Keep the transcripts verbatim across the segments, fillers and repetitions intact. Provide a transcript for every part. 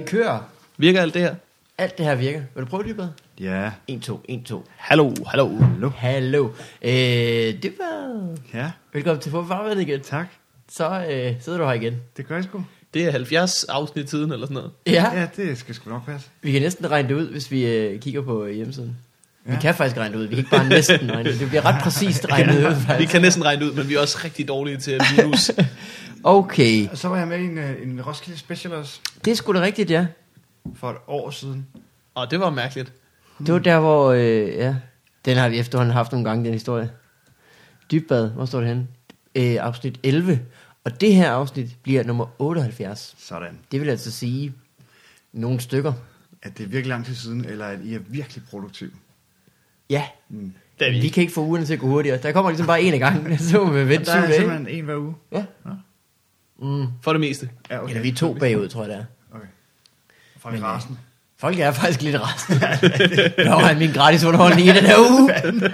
kører. Virker alt det her? Alt det her virker. Vil du prøve det, Dybvad? Ja. en, to, en, to. Hallo, hallo. Hallo. Hallo. Øh, Dybvad. Ja. Velkommen til Forfarvandet igen. Tak. Så øh, sidder du her igen. Det gør jeg sgu. Det er halvfjerds afsnit tiden eller sådan noget. Ja. Ja, det skal sgu nok passe. Vi kan næsten regne det ud, hvis vi øh, kigger på øh, hjemmesiden. Ja. Vi Ja. kan faktisk regne det ud. Vi kan ikke bare næsten regne det ud. Det bliver ret præcist regnet ud, faktisk. Vi kan næsten regne ud, men vi er også rigtig dårlige til at minus. Okay. Og så var jeg med i en, øh, en Roskilde Special også Det er sgu da rigtigt, ja. for et år siden. Og det var mærkeligt. Det var der, hvor... Øh, ja, den har vi efterhånden haft nogle gange, den historie. Dybvad, hvor står det henne? Øh, afsnit elleve. Og det her afsnit bliver nummer otteoghalvfjerds. Sådan. Det vil altså sige nogle stykker. At det er virkelig lang tid siden, eller at I er virkelig produktiv. Ja, Mm. Det er vi vi. kan ikke få ugerne til at gå hurtigere. Der kommer ligesom bare en af gangen. Så må vi vente Der syv er dage. simpelthen en hver uge. Ja. Mm. For det meste. Ja, okay. Eller vi er to bagud, tror jeg det er. Okay. Fra Men, rasen. Folk er faktisk lidt rasende. Nå, er min gratis underholdning i den her uge.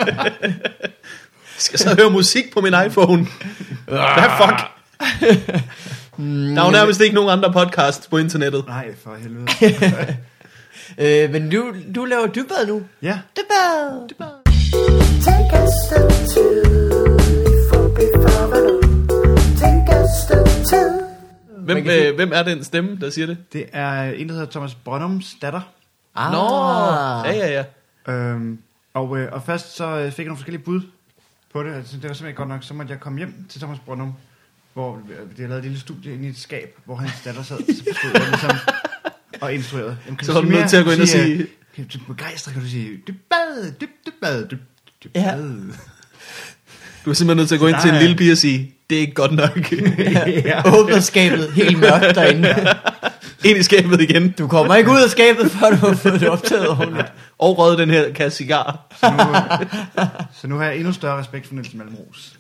Skal så høre musik på min iPhone. Hvad fuck? Der er jo nærmest ikke nogen andre podcasts på internettet. Nej, for helvede. øh, men du, du laver Dybvad nu. Ja. Dybvad. Dybvad. Take a step two for before Take a step two. Hvem, Man kan sige- øh, hvem er den stemme, der siger det? Det er en, der hedder Thomas Brøndums datter. Ah. Nå, ja, ja, ja. Øhm, og, øh, og først så øh, fik jeg nogle forskellige bud på det. Altså, det var simpelthen godt nok. Så måtte jeg komme hjem til Thomas Brøndum, hvor øh, de havde lavet et lille studie inde i et skab, hvor hans datter sad, så stod jeg ligesom og instruerede. Jamen, kan Så du var du sige nødt mere? til at gå ind og Sige, sige- øh, Kan du begejstre, kan du sige, dybad, dyb, dybad, dyb, Ja. dybad. Du er simpelthen nødt til at gå ind Der til en er- lille pige og sige, det er ikke godt nok. Ja. Åbner skabet helt mørkt derinde. Ind i skabet igen. Du kommer ikke ud af skabet, før du har fået det optaget ordentligt. Og røget den her kasse cigar. Så nu, så nu har jeg endnu større respekt for Niels Malmros.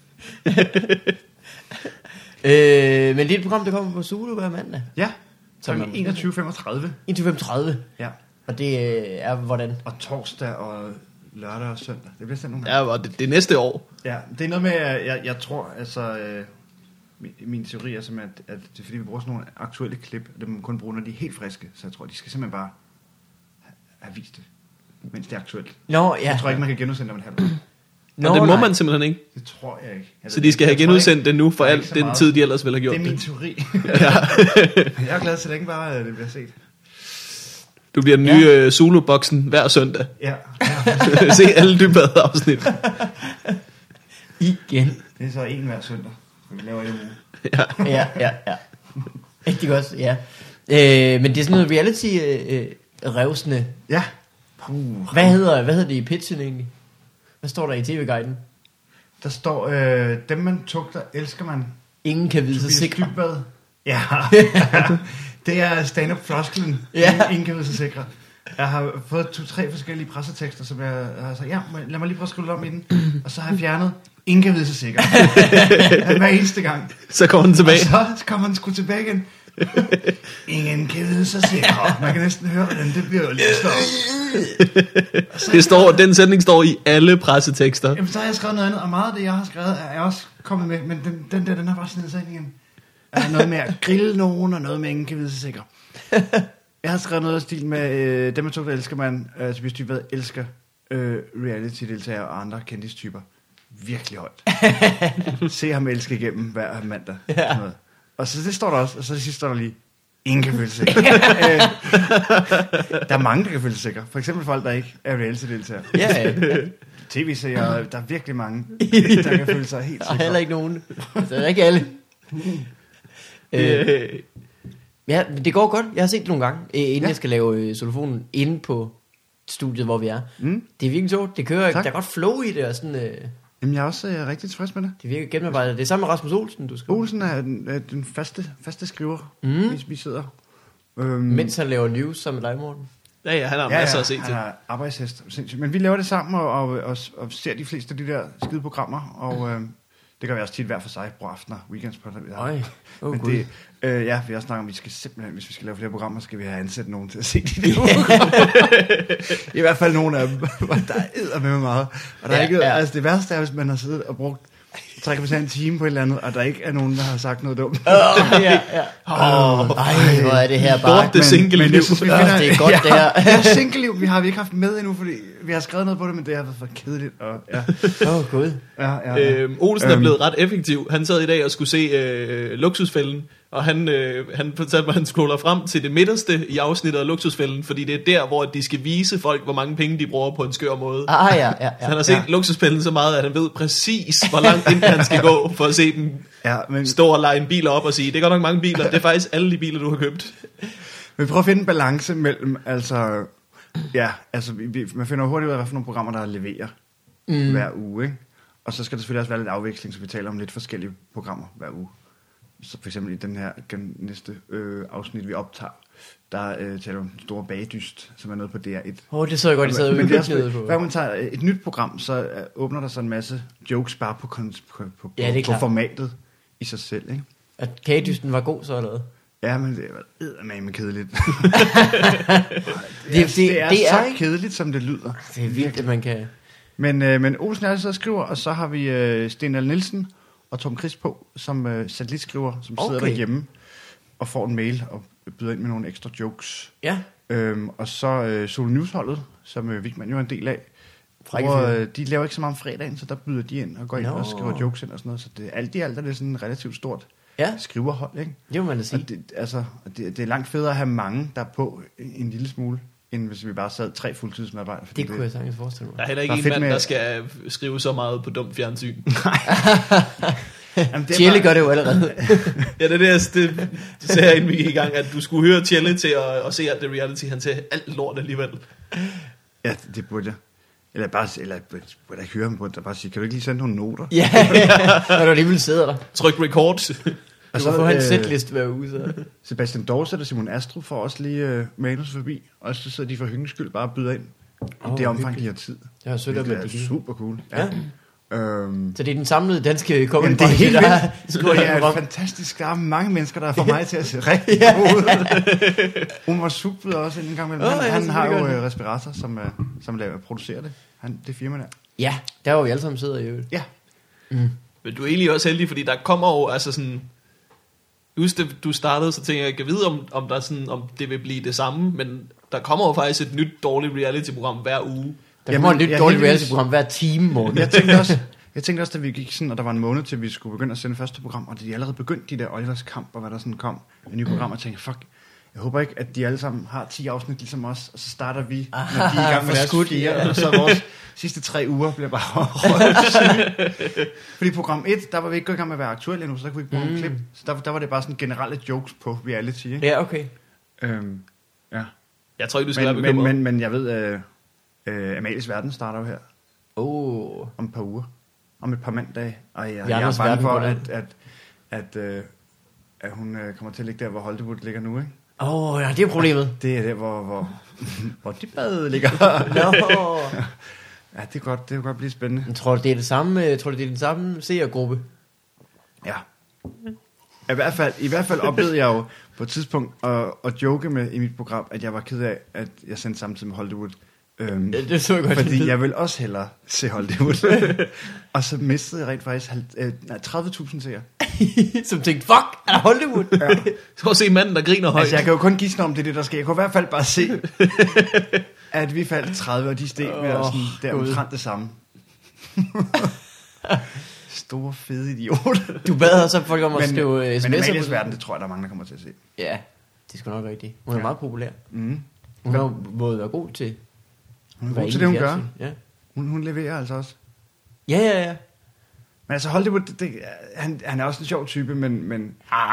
Øh, men det er et program, der kommer på Zulu hver mandag. Ja, Som kl. er- enogtyve femogtredive. enogtyve femogtredive. Ja. Og det øh, er hvordan? Og torsdag og lørdag og søndag. Det bliver sådan nogle Ja, og det, det er næste år. Ja, det er noget med, at jeg, jeg tror, altså, øh, min, min teori er simpelthen, at, at det er fordi, vi bruger sådan nogle aktuelle klip, og dem må man kun bruge, når de er helt friske, så jeg tror, de skal simpelthen bare have, have vist det, mens det er aktuelt. Nå, ja. Jeg tror ikke, man kan genudsende om en halv år. Nå, Og det må nej. man simpelthen ikke. Det tror jeg ikke. Jeg Så ved de skal ikke. have Jeg tror genudsendt ikke- det nu for der er al ikke så den meget. tid, de ellers ville have gjort Det er min det. teori. Ja. Men jeg er glad, så længe bare øh, det bliver set. Du bliver den nye ja. Zulu-boksen hver søndag. Ja, ja. Se alle Dybvad afsnit. Igen. Det er så en hver søndag, så vi laver en uge. Ja, ja, ja. Rigtig godt, ja. Øh, men det er sådan noget reality øh, øh, revsende. Ja. Hvad hedder, hvad hedder det i pitchen egentlig? Hvad står der i tv-guiden? Der står, øh, dem man tugter, elsker man. Ingen kan vide sig Tobias sikre. Dybvad. Ja, det er stand-up floskelen. Ja. Ingen, ingen kan vide sig sikre. Jeg har fået to-tre forskellige pressetekster, som jeg har sagt, ja, lad mig lige prøve at skrive om i den. Og så har jeg fjernet, ingen kan vide sig sikre. Hver eneste gang. Så kommer den tilbage. Og så kommer den sgu tilbage igen. Ingen kan vide sig sikre. Man kan næsten høre, hvordan det bliver jo lige stå. Det står, den sætning står i alle pressetekster. Jamen, så har jeg skrevet noget andet, og meget af det, jeg har skrevet, er jeg også kommet med, men den, den der, den har bare snedet sig ind igen. Der er noget med at grille nogen, og noget med, ingen kan vide sig sikre. Jeg har skrevet noget af stil med, øh, dem jeg tog, der elsker man, øh, Tobias Dybvad elsker øh, reality-deltagere og andre kendistyper. Virkelig højt. Se ham elske igennem hver mandag. Ja. Sådan noget. Og så det står der også, og så det sidste står der lige, ingen kan føle sig sikre. øh, der er mange, der kan føle sig sikre. For eksempel folk, der ikke er reality-deltagere. Ja, ja. tv-serier, der er virkelig mange, der kan føle sig helt Der er sikre. heller ikke nogen. Altså, det er ikke alle. øh, Øh, ja, men det går godt. Jeg har set det nogle gange, øh, inden Ja. jeg skal lave øh, solofonen inde på studiet, hvor vi er. Mm. Det er virkelig sjovt. Det kører, Tak. der er godt flow i det, og sådan, øh, Jamen, jeg er også øh, rigtig tilfreds med det. det virker gennemarbejdet. Det er sammen med Rasmus Olsen, du skal. Olsen er den, er den faste, faste skriver, Mm. mm. hvis vi sidder. Øhm, Mens han laver news sammen med dig, Morten. ja, ja, han har masser at se han til. er arbejdshest. Sindssygt. Men vi laver det sammen og, og, og, og ser de fleste af de der skide programmer, og øh, det gør vi også tit hver for sig, på aftener, weekends på det. Øj, åh Men gud. det, øh, ja, vi har snakket om, at vi skal simpelthen, hvis vi skal lave flere programmer, skal vi have ansat nogen til at se de der programmer. I hvert fald nogle af dem, hvor der er eddermame meget. Og der er Ja, ikke, ja. altså det værste er, hvis man har siddet og brugt trækker vi så en time på et eller andet, og der ikke er nogen, der har sagt noget dumt. Åh, ja, ja. Åh, ej, hvor er det her bare. Lort det single men liv. jeg synes, vi Åh, finder, det er godt, det her. Ja, single-liv, vi har vi ikke haft med endnu, fordi vi har skrevet noget på det, men det har været for kedeligt. Og, ja. Åh, oh, gud. Ja, ja, ja. Øhm, Olsen er Øhm. blevet ret effektiv. Han sad i dag og skulle se øh, Luksusfælden, og han, øh, han fortalte mig, at han scroller frem til det midterste i afsnittet af Luksusfælden, fordi det er der, hvor de skal vise folk, hvor mange penge de bruger på en skør måde. Ah, ja, ja, Så ja. han har set Ja. Luksusfælden så meget, at han ved præcis, hvor langt ind han skal gå, for at se dem ja men, stå og lege en bil op og sige, det er godt nok mange biler, det er faktisk alle de biler, du har købt. vi prøver at finde en balance mellem, altså, ja, altså, vi, vi, man finder hurtigt ud af, hvad for nogle programmer, der leverer mm. hver uge, ikke? Og så skal der selvfølgelig også være lidt afveksling, så vi taler om lidt forskellige programmer hver uge. Så for eksempel i den her den næste øh, afsnit, vi optager, der øh, taler vi om den store bagdyst, som er noget på D R et. Åh, oh, det så jeg godt, I sad Men det er ude også, på. hver gang man tager et nyt program, så øh, åbner der så en masse jokes bare på, kon- på, på, Ja, det er på klart. formatet i sig selv, ikke? At kagedysten var god, så eller hvad? Ja, men det er eddermame kedeligt. Det, det, er, det er det så er ikke. kedeligt, som det lyder. Det er vildt, at man kan... Men, øh, men Olsen er så og skriver, og så har vi øh, Sten L. Nielsen og Tom Chris på, som øh, satellitskriver, som sidder Okay. derhjemme og får en mail og byder ind med nogle ekstra jokes. Ja, Øhm, og så øh, Solo News-holdet, som øh, Vigman jo er en del af. Frække Hvor, fyre. øh, de laver ikke så meget om fredagen, så der byder de ind og går ind Nå. og skriver jokes ind og sådan noget. Så det, alt i alt er det sådan en relativt stort ja, skriverhold, ikke? det må man da sige. Og det, altså, det, det er langt federe at have mange, der er på en lille smule, end hvis vi bare sad tre fuldtidsmedarbejdere. fordi Det kunne jeg sagtens forestille Der mig. er heller ikke Der er en fedt mand, med- der skal skrive så meget på dumt fjernsyn. Jamen, det er Tjelle bare- gør det jo allerede. Ja, det er det, altså, det, det sagde jeg, inden vi gik i gang, at du skulle høre Tjelle til at, at se alt det reality. Han ser alt lort alligevel. Ja, det, det burde jeg. Eller bare, eller jeg burde jeg ikke høre ham på det, bare sige, kan du ikke lige sende nogle noter? Ja, når du alligevel sidder der. Tryk record. Du så, må få hans øh, setlist hver uge, så. Sebastian Dorset og Simon Astrup får også lige øh, manus forbi, og så sidder de for hyggens skyld bare og byder ind. I Åh, det omfang, hyggeligt. de har tid. Jeg har sødt, at Det de er gik. super cool. Ja. Øhm, Så det er den samlede danske comedy Jamen, det er branche, helt der vildt. har skruet det det er program. fantastisk. Der er mange mennesker, der får mig til at se rigtig god ud. Hun var super også en gang imellem. Åh, Han, ja, han har jo selvfølgelig gør øh, respirator, som, øh, som laver, producerer det. Han, det er firma der. Ja, der hvor vi alle sammen sidder i øvrigt. Ja. Men du er egentlig også heldig, fordi der kommer jo altså sådan... Just det, du startede, så tænker jeg, jeg kan vide, om, om, der sådan, om det vil blive det samme, men der kommer jo faktisk et nyt dårligt reality-program hver uge. Der kommer Jamen, et nyt ja, dårligt heldigvis. reality-program hver time, Morten. Jeg tænkte også, jeg tænkte også, da vi gik sådan, og der var en måned til, vi skulle begynde at sende første program, og de er allerede begyndt de der Olivers Kamp, og hvad der sådan kom, en ny program, og tænkte, fuck, jeg håber ikke, at de alle sammen har ti afsnit ligesom os, og så starter vi, når de er i gang med deres forskudt, fire, ja. og så vores sidste tre uger bliver bare røvsyge. Fordi program et, der var vi ikke gået i gang med at være aktuelle endnu, så der kunne vi ikke bruge mm. en klip. Så der, der var det bare sådan generelle jokes på reality, ikke? Ja, okay. Øhm, ja. Jeg tror ikke, du skal Men, være men, bekymret. men, men jeg ved, øh, øh, Amalies Verden starter jo her Oh. om et par uger. Om et par mandage. Og jeg, jeg, Janus jeg er bange Verden for, går at, der. at, at, øh, at hun øh, kommer til at ligge der, hvor Hollywood ligger nu, ikke? Åh, oh, ja, det er problemet. Det er der, hvor, hvor, hvor Dybvad ligger. Nå. Ja, det kan godt, det kan godt blive spændende. Jeg tror, det er det samme, jeg tror, det er den samme seergruppe. Ja. I hvert fald, i hvert fald oplevede jeg jo på et tidspunkt at, at joke med i mit program, at jeg var ked af, at jeg sendte samtidig med Hollywood. Øhm, Ja, det så jeg godt. fordi jeg vil også hellere se Hollywood. Og så mistede jeg rent faktisk halv- øh, nej, tredive tusind seere. Som tænkte, fuck, er der Hollywood? Ja. Så at se manden, der griner højt. Altså, jeg kan jo kun gisne om det, er det der sker. Jeg kunne i hvert fald bare se, at vi faldt tredive, og de steg med Åh, sådan, der Gud. omtrent det samme. Store, fede idiot. Du bad så folk om at Men, skrive men sms'er. Amalies på- Verden, det tror jeg, der er mange, der kommer til at se. Ja, det er sgu nok rigtigt. Hun er Ja. meget populær. Mm. Hun har jo både været god til. Hun er at være god til inde det, i hun gør. fjernsyn. Ja. Hun, hun leverer altså også. Ja, ja, ja. Men altså Hollywood, det, det, han, han er også en sjov type, men... men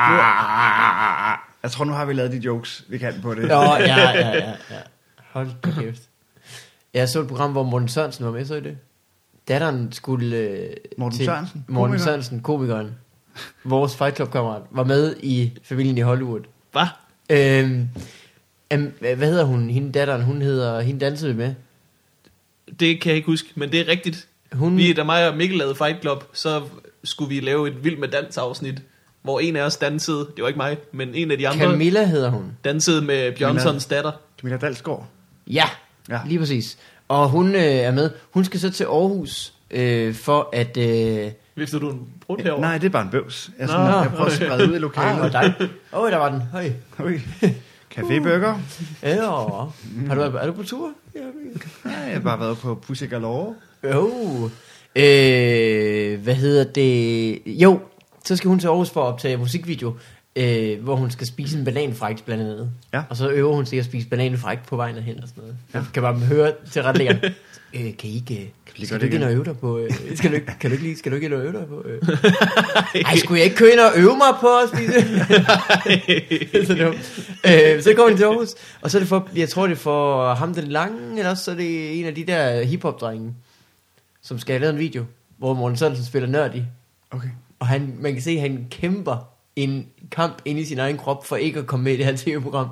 jeg tror, nu har vi lavet de jokes, vi kan på det. Nå, ja, ja, ja, ja. Hold da kæft. Jeg så et program, hvor Morten Sørensen var med, så i det. Datteren skulle... Øh, Morten til- Sørensen? Morten Komiker? Sørensen, komikeren. Vores Fight Club-kammerat. Var med i familien i Hollywood. Hvad? Øhm, em, hvad hedder hun? Hende datteren, hun hedder... Hende dansede vi med. Det kan jeg ikke huske, men det er rigtigt. Hun, Vi, da mig og Mikkel lavede Fight Club, så skulle vi lave et Vild med Dans afsnit, hvor en af os dansede, det var ikke mig, men en af de andre Camilla hedder hun. dansede med Bjørnsons datter. Camilla Dalsgaard. Ja, Ja. lige præcis. Og hun øh, er med. Hun skal så til Aarhus øh, for at... Øh, Vifter du en brud herovre? Nej, det er bare en bøvs. Jeg, Nå, sådan, jeg prøver at sprede ud i Ah, lokalet. hvor dejligt. Åh, oh, der var den. Høj. Ui. Cafébøger. Ja, har du, er du på tur? Ja, Ja, jeg har bare været på Pussy Galore. jo. Øh, hvad hedder det? Jo, så skal hun til Aarhus for at optage musikvideo, øh, hvor hun skal spise en bananfrægt blandt andet. Ja. Og så øver hun sig at spise bananfrægt på vejen hen og sådan noget. Ja. Kan bare høre til retlæggeren. Øh, kan I ikke, lige skal gøre du ikke det ind og øve dig på, øh, skal, du ikke, kan du ikke lige, skal du ikke ind og øve dig på, øh? Ej, skulle jeg ikke køre ind og øve mig på at spise? så, det var, øh, så går hun til Aarhus, og så er det for, jeg tror det er for ham den lange, eller også så er det en af de der hiphop-drenge, som skal have lavet en video, hvor Morten Sørensen spiller nørd i, Okay. og han, man kan se, at han kæmper en kamp inde i sin egen krop, for ikke at komme med i det her tv-program.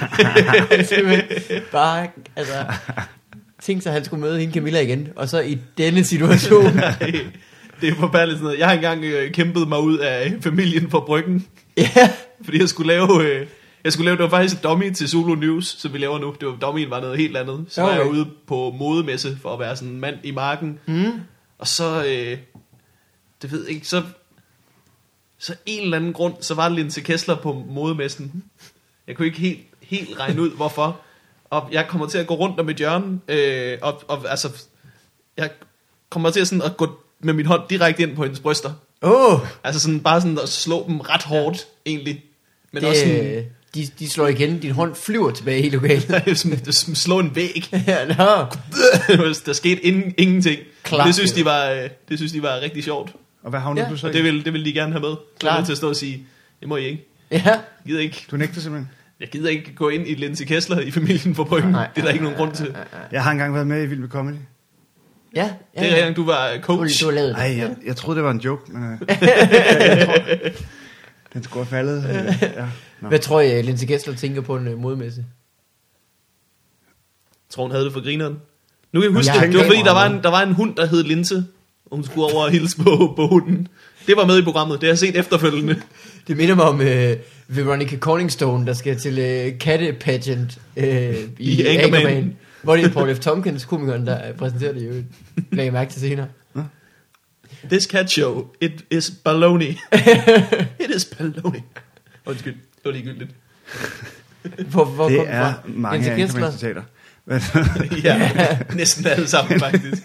Bare, altså... Tænk sig, at han skulle møde hende Camilla igen, og så i denne situation. Det er forfærdeligt sådan noget. Jeg har engang øh, kæmpet mig ud af familien for Bryggen, Ja, fordi jeg skulle lave... Øh, jeg skulle lave, det var faktisk et dummy til Zulu News, som vi laver nu. Det var, dummyen var noget helt andet. Så okay. var jeg ude på modemesse for at være sådan en mand i marken. mm. Og så, øh, det ved jeg ikke, så, så en eller anden grund, så var Linse Kessler på modemessen. Jeg kunne ikke helt, helt regne ud, hvorfor. Og jeg kommer til at gå rundt om et hjørne, øh, og, og altså, jeg kommer til at, sådan, at gå med min hånd direkte ind på hendes bryster. Åh, Altså sådan, bare sådan at slå dem ret hårdt, egentlig. Men det, også sådan, de, de slår igen, din hånd flyver tilbage i lokalet. sådan, sådan slå en væg. Ja, nå. Der skete ingen, ingenting. Klart. Det synes, de var, øh, det synes de var rigtig sjovt. Og hvad havnede Ja. du så Og i? det vil, det vil de gerne have med. Så Klart. er jeg nødt til at stå og sige, det må I ikke. Ja, Jeg gider ikke, Du nægter simpelthen. jeg gider ikke gå ind i Linse Kessler i familien for Bryggen. Nej. Det er der ikke nogen grund til. Jeg har engang været med i Vild med Comedy. ja, ja. Det er rigtig, du var Du, coach. du har lavet det. Ej, jeg, jeg troede, det var en joke, men... Øh, jeg tror, den skulle have faldet. Øh, ja. Nå. Hvad tror jeg, Linse Kessler tænker på en uh, modmesse? Jeg tror, hun havde det for grineren. Nu kan jeg huske, Jeg det, det var tænker fordi, der var, meget. en, der var en hund, der hed Linse. Og hun skulle over og hilse på, på hunden. Det var med i programmet. Det har jeg set efterfølgende. Det minder mig om uh, Veronica Corningstone, der skal til uh, katte pageant uh, i, I I Anchorman. Anchorman. Hvor det er Paul F. Tompkins, komikeren, der uh, præsenterer det i øvrigt. Læg mærke til senere. This cat show, it is baloney. It is baloney. Undskyld, det var ligegyldigt. Hvor, hvor Det kom er fra? mange Linse af Kessler? Anchorman-citater. Men, Ja, næsten alle sammen faktisk.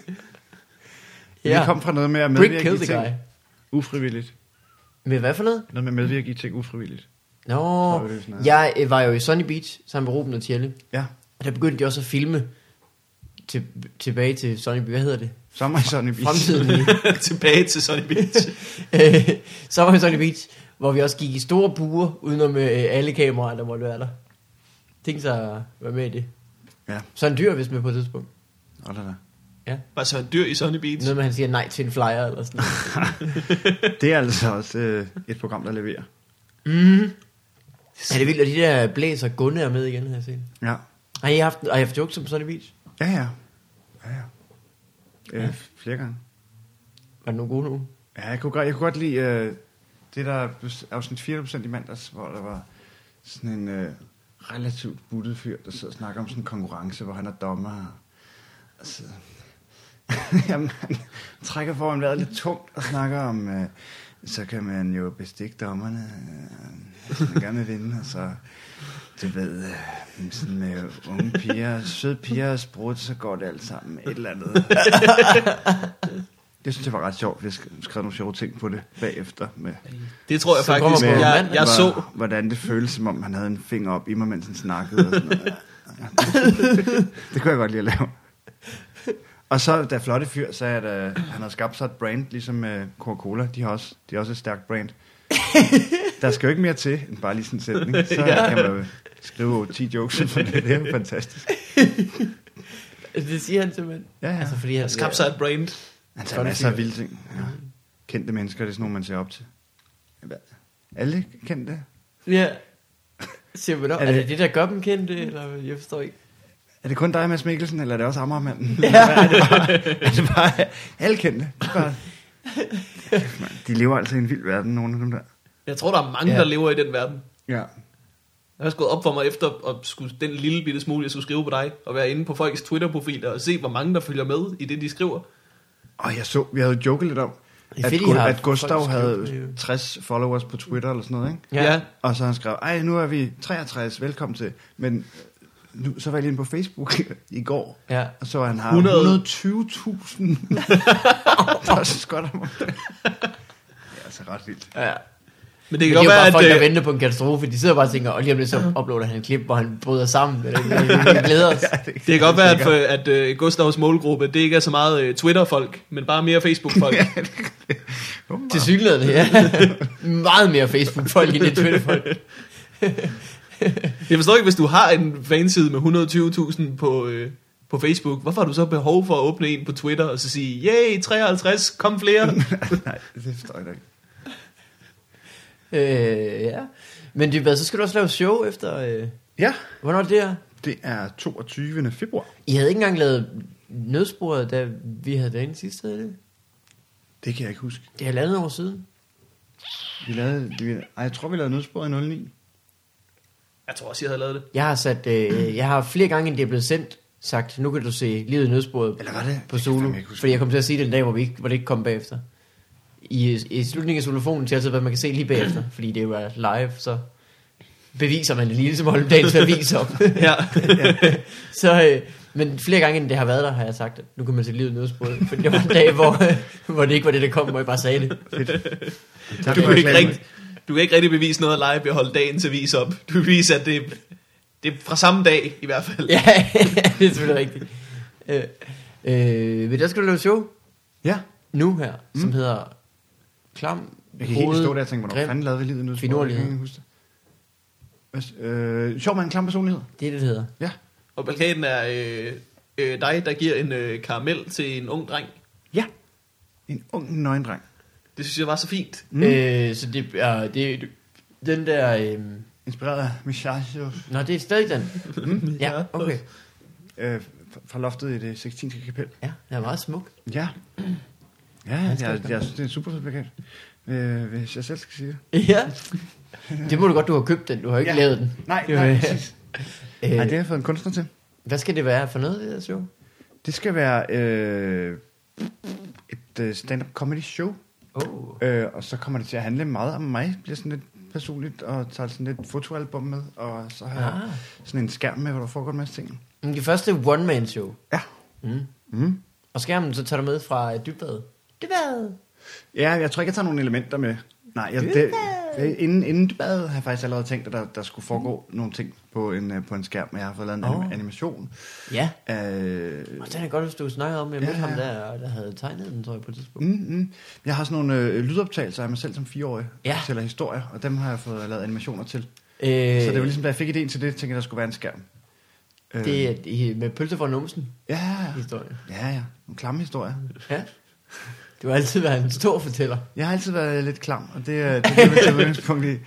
Vi kom fra noget med at Brick medvirke kill i the ting guy. ufrivilligt. Med hvad for noget? Noget med medvirke i ting ufrivilligt. Nå, var det sådan noget. jeg øh, var jo i Sunny Beach sammen med Ruben og Tjelle. Ja, Og der begyndte de også at filme til, tilbage til Sunny Beach. Hvad hedder det? sommer i Sunny Beach. Fremtiden i. Tilbage til Sunny Beach. Øh, Så var vi i Sunny Beach, hvor vi også gik i store buer, udenom øh, alle kameraer, der måtte være der. Tænk sig at være med i det. Ja, Så en dyr vist med på et tidspunkt. og der der. Ja. Var så en dyr i Sunny Beach. Noget med, at han siger nej til en flyer eller sådan noget. Det er altså også øh, et program, der leverer. Mm. Er det vildt, at de der blæser Gunne er med igen, har jeg set. Ja, Har I haft, har I haft jokes om Sunny Beach? ja, ja. ja, ja. Øh, Ja. flere gange. Var det nogle gode nu? Ja, jeg kunne godt, jeg kunne godt lide øh, det der afsnit firs procent i mandags, hvor der var sådan en øh, relativt buttet fyr, der sidder og snakker om sådan en konkurrence, hvor han er dommer. Og så, jamen, han trækker foran vejret lidt tungt og snakker om, øh, så kan man jo bestikke dommerne, øh, hvis man gerne vil vinde, og så, du ved, øh, sådan med unge piger, søde piger og sprut, så går det alt sammen med et eller andet. Det synes jeg var ret sjovt. Jeg skrev nogle sjove ting på det bagefter. Med, Det tror jeg Så faktisk. kommer Jeg, på jeg, mand. jeg hvor- så... hvordan det føltes, som om han havde en finger op i mig, mens han snakkede. Og sådan noget. Det kunne jeg godt lide at lave. Og så, da Flotte Fyr sagde, at uh, han havde skabt sig et brand, ligesom uh, Coca-Cola. De har også, de har også et stærkt brand. Der skal jo ikke mere til, end bare lige sådan en sætning. Så Ja. kan man jo skrive ti jokes for det. Det er jo fantastisk. Det siger han simpelthen. Ja, ja. Altså, fordi han, Han skabte sig et brand. Han tager Flotte masser af Fyr. vilde ting. Ja. Kendte mennesker, det er sådan nogle, man ser op til. Alle kendte. Ja. Siger man Er er, det- er det det, der gør dem kendte? Eller jeg forstår ikke. Er det kun dig, Mads Mikkelsen, eller er det også Amagermanden? Ja. er, det bare, er det bare alle kendte? Det er bare... Man, de lever altså i en vild verden, nogle af dem der. Jeg tror, der er mange, Ja. der lever i den verden. Ja. Jeg har også gået op for mig efter at skulle, den lille bitte smule, jeg skulle skrive på dig, og være inde på folks Twitter-profiler og se, hvor mange der følger med i det, de skriver. Og jeg så, vi havde jo joket lidt om, Det er at, fedt, I Gu- har at Gustav folk havde skrive, øh. tres followers på Twitter eller sådan noget, ikke? Ja. ja. Og så han skrev, ej, nu er vi treogtres, velkommen til. Men nu, så var jeg lige inde på Facebook i går, Ja. og så han har hundrede et hundrede og tyve tusind. Der er så godt om det. Det er altså ret vildt. Ja. Men det Men kan det er godt jo bare være, folk, at... der øh, venter på en katastrofe. De sidder bare og tænker, og lige om lidt så uploader han en klip, hvor han bryder sammen. Eller, vi glæder os. Det kan godt være, at, for, at uh, Gustavs målgruppe, det ikke er så meget uh, Twitter-folk, men bare mere Facebook-folk. Til synligheden, ja. Meget mere Facebook-folk end det Twitter-folk. Jeg forstår ikke, hvis du har en fanside med et hundrede og tyve tusind på, øh, på Facebook, hvorfor har du så behov for at åbne en på Twitter og så sige, yay, treoghalvtreds, kom flere? Nej, det forstår jeg da ikke. Øh, ja. Men det, hvad, så skal du også lave show efter... Øh, Ja, hvornår er det der? det er toogtyvende februar. I havde ikke engang lavet nødsporet, da vi havde derinde sidst, havde det? Det kan jeg ikke huske. Det er halvandet år siden. Vi lavede, det, vi, ej, jeg tror, vi lavede nødsporet i nul ni. Jeg tror også, jeg havde lavet det. Jeg har sat, øh, jeg har flere gange, end det er blevet sendt, sagt, nu kan du se livet i nødsporet Eller var det? på Det kan jeg Zulu. fandme ikke huske. Fordi jeg kom til at sige det en dag, hvor, vi ikke, hvor det ikke kom bagefter. I, i slutningen af xylofonen til altid, hvad man kan se lige bagefter. Fordi det jo er live, så beviser man det lige, som holder dagens avis op. Ja. Så, øh, men flere gange, end det har været der, har jeg sagt, at nu kan man se livet i nødsporet. For det var en dag, hvor, hvor det ikke var det, der kom, hvor jeg bare sagde det. Tak Du for kan, ikke reklamen. rigtig, du kan ikke rigtig bevise noget live ved at holde dagens avis op. Du kan bevise, at det, det er fra samme dag i hvert fald. Ja, det er selvfølgelig rigtigt. Øh, øh, men der skal du lave show Ja, nu her, mm. som hedder Klam, jeg kan helt stå der og tænke, hvornår grim. fanden lavede vi livet i nødsporet? finurlighed. Jeg kan ikke huske det. Hvad- Øh, sjov med en klam personlighed. Det er det, det hedder. Ja. Og plakaten er øh, øh, dig, der giver en øh, karamel til en ung dreng. Ja. En ung nøgendreng. Det synes jeg var så fint. Mm. Øh, så det er det, den der... Øh, Inspireret af Michael nå, det er stadig den. mm. Ja, okay. øh, fra loftet i det Sixtinske kapel. Ja, den er meget smuk. Ja. Ja, ja, Han skal jeg, også jeg synes, det er en super fed plakat. Øh, hvis jeg selv skal sige det. Ja. Det må du godt, du har købt den. Du har ikke Ja. lavet den. Nej, Det nej, var- præcis. Øh, Nej, det har jeg fået en kunstner til. hvad skal det være for noget, det der show? Det skal være øh, et øh, stand-up comedy show. Oh. Øh, og så kommer det til at handle meget om mig. Bliver sådan lidt personligt, og tager sådan lidt fotoalbum med. Og så har jeg Ah. sådan en skærm med, hvor der foregår en masse ting. Det første one-man-show. Ja. Mm. Mm. Og skærmen, så tager du med fra øh, Dybvad. Dybvad! Ja, jeg tror ikke, jeg tager nogle elementer med. Nej, jeg, det, det, inden, inden du bad, har jeg faktisk allerede tænkt, at der, der skulle foregå nogle ting på en, øh, på en skærm. Men jeg har fået lavet en Oh. oh. animation. Ja. Øh, Og den er godt, hvis du snakkede om. Jeg mødte Ja, ham ja. der, der havde tegnet den, tror jeg, på et tidspunkt. mm, mm. Jeg har sådan nogle øh, lydoptagelser af mig selv som fireårig. Ja. Jeg fortæller historier, og dem har jeg fået lavet animationer til. Øh, Så det var ligesom, da jeg fik idéen til det, tænkte jeg, der skulle være en skærm. Øh, Det er i- med pølse fra numsen Ja, historie. ja, ja. Nogle klamme historier. Ja. Du har altid været en stor fortæller. Jeg har altid været lidt klam, og det, er- det er det, jeg vil tage udgangspunkt i.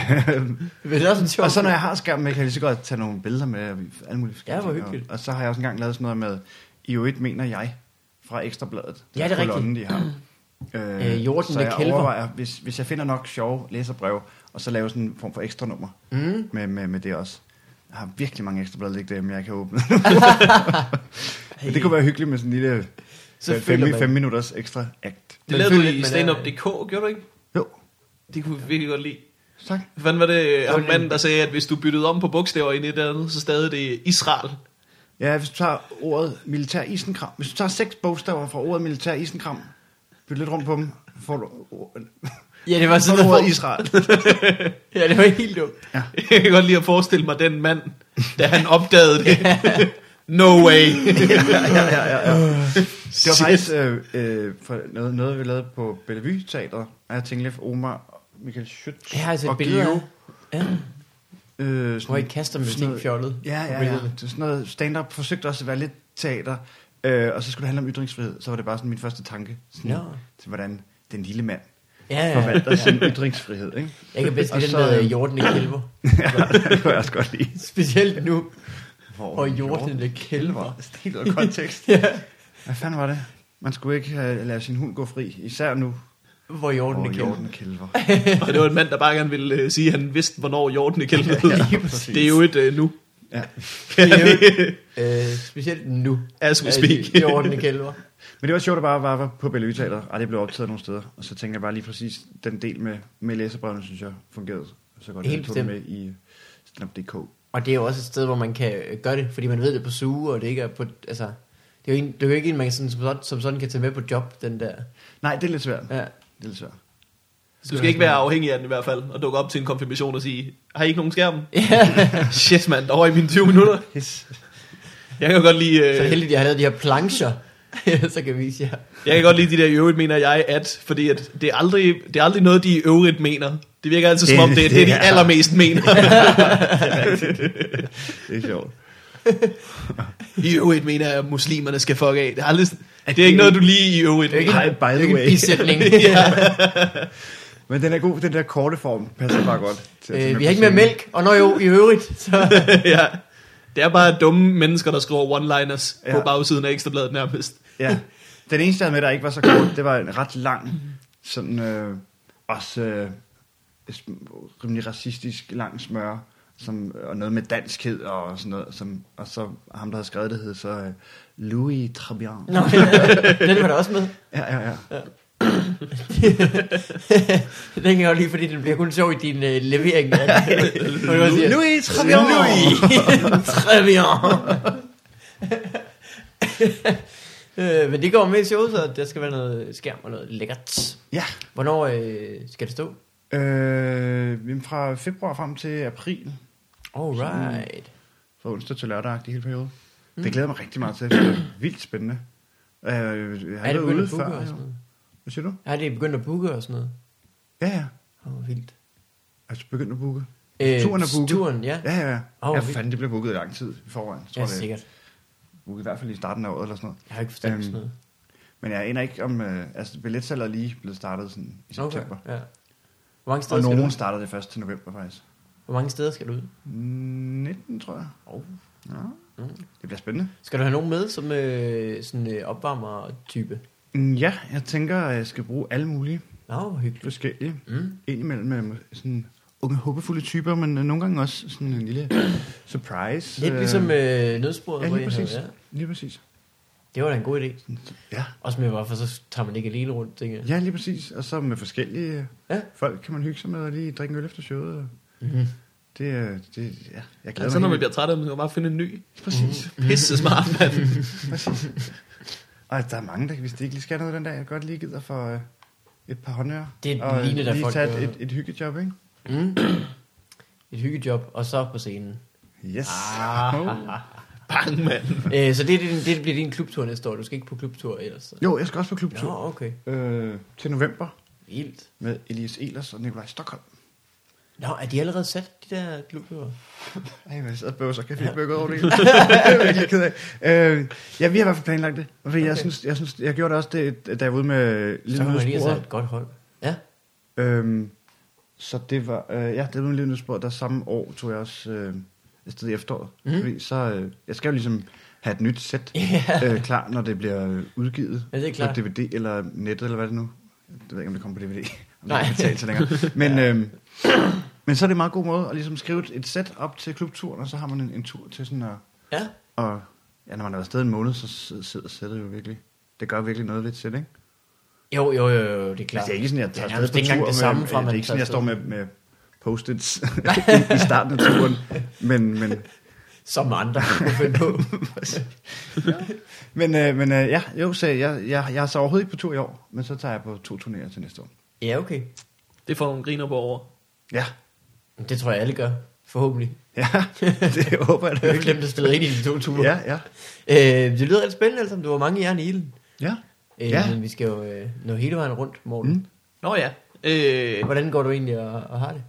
Men det er også en sjov. Og så når jeg har skærmen med, kan jeg lige så godt tage nogle billeder med, og alle mulige Ja, hvor forskellige ting. hyggeligt. Og, og så har jeg også engang lavet sådan noget med, I O et mener jeg, fra Ekstrabladet. Ja, det er rigtigt. kolonnen, de har. Øh, Øh, Jorden så med jeg kælver. overvejer, hvis, hvis jeg finder nok sjove læserbrev, og så lave sådan en form for ekstra nummer Mm. med, med, med det også. Jeg har virkelig mange Ekstrablad liggende derhjemme, jeg kan åbne. Hey. Det kunne være hyggeligt med sådan en lille Så fem, føler man- fem minutters ekstra act. Det Man lavede du føler i lidt, man stand er- up punktum d k, gjorde du ikke? Jo, Det kunne vi virkelig godt lide. tak. Hvad fanden var det, ham det- manden, der sagde, at hvis du byttede om på bogstaver i et eller andet, så stadig det Israel. Ja, hvis du tager ordet militær isenkram, hvis du tager seks bogstaver fra ordet militær isenkram, byt lidt rundt på dem, får du ord- Ja, det var får sådan du ordet noget. Israel. Ja, det var helt dumt. Ja. Jeg kan godt lide at forestille mig den mand, da han opdagede det. No way. ja, ja, ja, ja. Det var faktisk øh, øh, for noget, noget, vi lavede på Bellevue Teatret. Jeg tænkte lidt Omar, Michael Schütz Jeg har altså et og billede Gio. af. Ja. Øh, Hvor I kaster med sådan ting noget- fjollet. Ja, på ja, ja. billederne. Det er sådan noget stand-up. Forsøgte også at være lidt teater. Øh, og så skulle det handle om ytringsfrihed. Så var det bare sådan min første tanke. Sådan, Nå. til hvordan den lille mand Ja, ja. forvalter sin ytringsfrihed. Ikke? Jeg kan bedst Og lide den så, med øh, jorden i kælver. ja, det kunne jeg også godt lide. Specielt nu, Hvor hvor jorden i kælver. Det er helt ud af kontekst. Ja. Hvad fanden var det? Man skulle ikke have, lade sin hund gå fri. Især nu, Hvor jorden i hvor kælver. jorden kælver. Og det var en mand, der bare gerne ville øh, sige, at han vidste, hvornår jorden er kældet. Ja, lige præcis. Det er jo et øh, nu. Ja. Det er jo, øh, specielt nu. As we at speak. Jorden i kælver. Men det var sjovt, at bare var på Bellevue Teater, og det blev optaget nogle steder. Og så tænkte jeg bare lige præcis, den del med, med læserbrevene, synes jeg fungerede. Så godt, Helt jeg tog det med i stand up punktum d k. Og det er jo også et sted, hvor man kan gøre det, fordi man ved det på suge, og det ikke er på, altså, det er jo, en, det er jo ikke en, man sådan, som, sådan, som sådan kan tage med på job, den der. Nej, det er lidt svært. Ja. Det er lidt svært. Du skal ikke være afhængig af den i hvert fald, og dukke op til en konfirmation og sige, har I ikke nogen skærm? Ja. Shit, mand, over i mine tyve minutter. Yes. Jeg kan jo godt lide... Så er det Øh, heldigt, at jeg har lavet de her plancher, så kan jeg vise jer. jeg kan godt lide de der i øvrigt, mener jeg, at, fordi at det, er aldrig, det er aldrig noget, de i øvrigt mener. Det virker altid som om, det, det er de allermest mener. Det er sjovt. I øvrigt mener jeg, at muslimerne skal fuck af. Det er, aldrig, det er ikke noget, du lige i øvrigt Det er ikke, Hej, en, by the det er ikke way. en bisætning. Men den er god, den der korte form passer bare godt. Til at tage øh, med vi på har ikke mere scenen. mælk, og når jo i øvrigt, så... ja. Det er bare dumme mennesker, der skriver one-liners ja. på Ja. bagsiden af Ekstrabladet nærmest. Ja. Den eneste, jeg havde med, der ikke var så kort, det var en ret lang, sådan øh, også øh, rimelig racistisk lang smør, som, og noget med danskhed og sådan noget, som, og så ham, der havde skrevet det, hed så øh, Louis Trabian. Nå, den var der også med. Ja, ja, ja. Den kan jeg godt lide, fordi den bliver kun sjov i din uh, levering. Louis Louis Trabian. Louis Trabian. øh, men det går med i showet, så der skal være noget skærm og noget lækkert. Ja. Hvornår øh, skal det stå? Øh, fra februar frem til april. Alright. Fra onsdag til lørdag, det hele periode. Mm. Det glæder mig rigtig meget til. Det er vildt spændende. Øh, jeg har Er det været begyndt ude at booke før. og Jo. sådan noget? Hvad siger du? Er det begyndt at booke og sådan noget? Ja, ja. Åh, oh, vildt. Altså begyndt at booke. Øh, Turen er booket. Turen, ja. Ja, ja, ja. Åh, Oh, ja, vildt. fanden, det blev booket i lang tid i forvejen. Jeg tror, Ja, det er sikkert. booket i hvert fald i starten af året eller sådan noget. Jeg har ikke forstået Øhm, sådan noget. Men jeg aner ikke om... Øh, altså, billetsalget er lige blevet startet sådan i september. Okay, ja. Hvor mange Og steder skal du nogen ud? starter det først til november, faktisk. Hvor mange steder skal du ud? nitten, tror jeg. Oh. Ja. Mm. Det bliver spændende. Skal du have nogen med som øh, sådan øh, opvarmer-type? Mm, Ja, jeg tænker, at jeg skal bruge alle mulige Nå, hvor hyggeligt. forskellige. Mm. Indimellem med sådan unge, håbefulde typer, men øh, nogle gange også sådan en lille surprise. Lidt øh, ligesom øh, nødsporet, ja, hvor lige I havde, præcis. ja. Lige præcis. Det var da en god idé. Ja. Også med, hvorfor så tager man ikke alene rundt, tænker jeg. Ja, lige præcis. Og så med forskellige Ja. folk kan man hygge sig med og lige drikke en øl efter showet. og Mm-hmm. Det er, det, ja, jeg glæder Altså, mig. når man helt bliver træt af dem, så kan man bare finde en ny. Præcis. Pisse smart, mand. Præcis. Og der er mange, der hvis de ikke lige skal noget den dag, jeg godt lige gider for øh, et par håndører. Det og ligner da lige folk, tage der- et, et, et hyggejob, ikke? Mm. Et hyggejob, og så på scenen. Yes. Ah. Oh. Bang, mand. Øh, så det, er din, det bliver din klubtur næste år. Du skal ikke på klubtur ellers. Så. Jo, jeg skal også på Nå, klubtur okay. øh, til november Vildt. med Elias Elers og Nikolaj Stockholm. Nå, er de allerede sat, de der klubture? Ej, hvad så bøvser, kan jeg ikke over det hele. Det er jeg virkelig ked af. Øh, ja, vi har i hvert fald planlagt det. Fordi okay. jeg, synes, jeg, synes, jeg gjorde det også, det, da jeg var ude med Så kan man lige have Lille sat et godt hold. Ja. Øhm, så det var, øh, ja, det var en lille sport, der samme år tog jeg også øh, et sted i efteråret. Mhm. Mm. Fordi så, øh, jeg skal jo ligesom have et nyt sæt Ja. øh, klar, når det bliver udgivet Ja, det er klart. på D V D eller nettet, eller hvad det nu. Jeg ved ikke, om det kommer på D V D. Om Nej. det kan betale så længere. Men, øh, men så er det en meget god måde at ligesom skrive et, et sæt op til klubturen, og så har man en, en tur til sådan at... Ja. Og ja, når man har været afsted en måned, så sidder sættet jo virkelig... Det gør virkelig noget ved et sæt, ikke? Jo, jo, jo, jo, det er klart. Altså, det er ikke sådan, jeg tager det er afsted nærmest på ikke engang tur det med- samme fra, det man er ikke sådan, tager jeg står afsted. med, med post-its i, i starten af turen. Men, men, Som andre kunne finde på. men, øh, men øh, ja, jo, så jeg, jeg, jeg er så overhovedet ikke på tur i år, men så tager jeg på to turnéer til næste år. Ja, okay. Det får nogle griner på over. Ja, Det tror jeg alle gør. Forhåbentlig. ja, det håber jeg da Jeg har virkelig. glemt at stille ind i de to ture. Ja, ja. Øh, det lyder lidt spændende, altså. Du har mange jern i ilden. Ja. Øh, Ja. Men vi skal jo øh, nå hele vejen rundt, Morten. Mm. Mm. Nå ja. Øh, Hvordan går du egentlig og, og har det?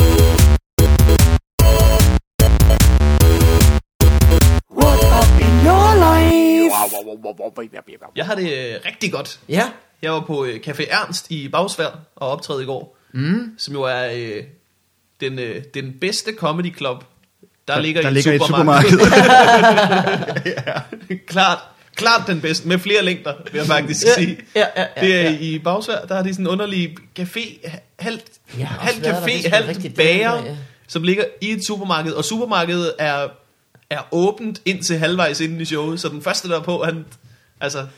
What up in your life? jeg har det øh, rigtig godt. Ja. Jeg var på øh, Café Ernst i Bagsværd og optræde i går. Mm. Som jo er øh, den, øh, den bedste comedy club, der, Der, ligger, der i, ligger et i et supermarked. supermarked. klart, klart den bedste, med flere længder, vil jeg faktisk Ja, sige. ja, ja, ja, Det er ja. i Bagsværd, der har de sådan en underlig café, halvt, Jeg har halvt også været der, det er café, sgu halvt rigtigt, bager, det er, ja. som ligger i et supermarked. Og supermarkedet er, er åbent indtil halvvejs inden i showet, så den første der er på, han, altså,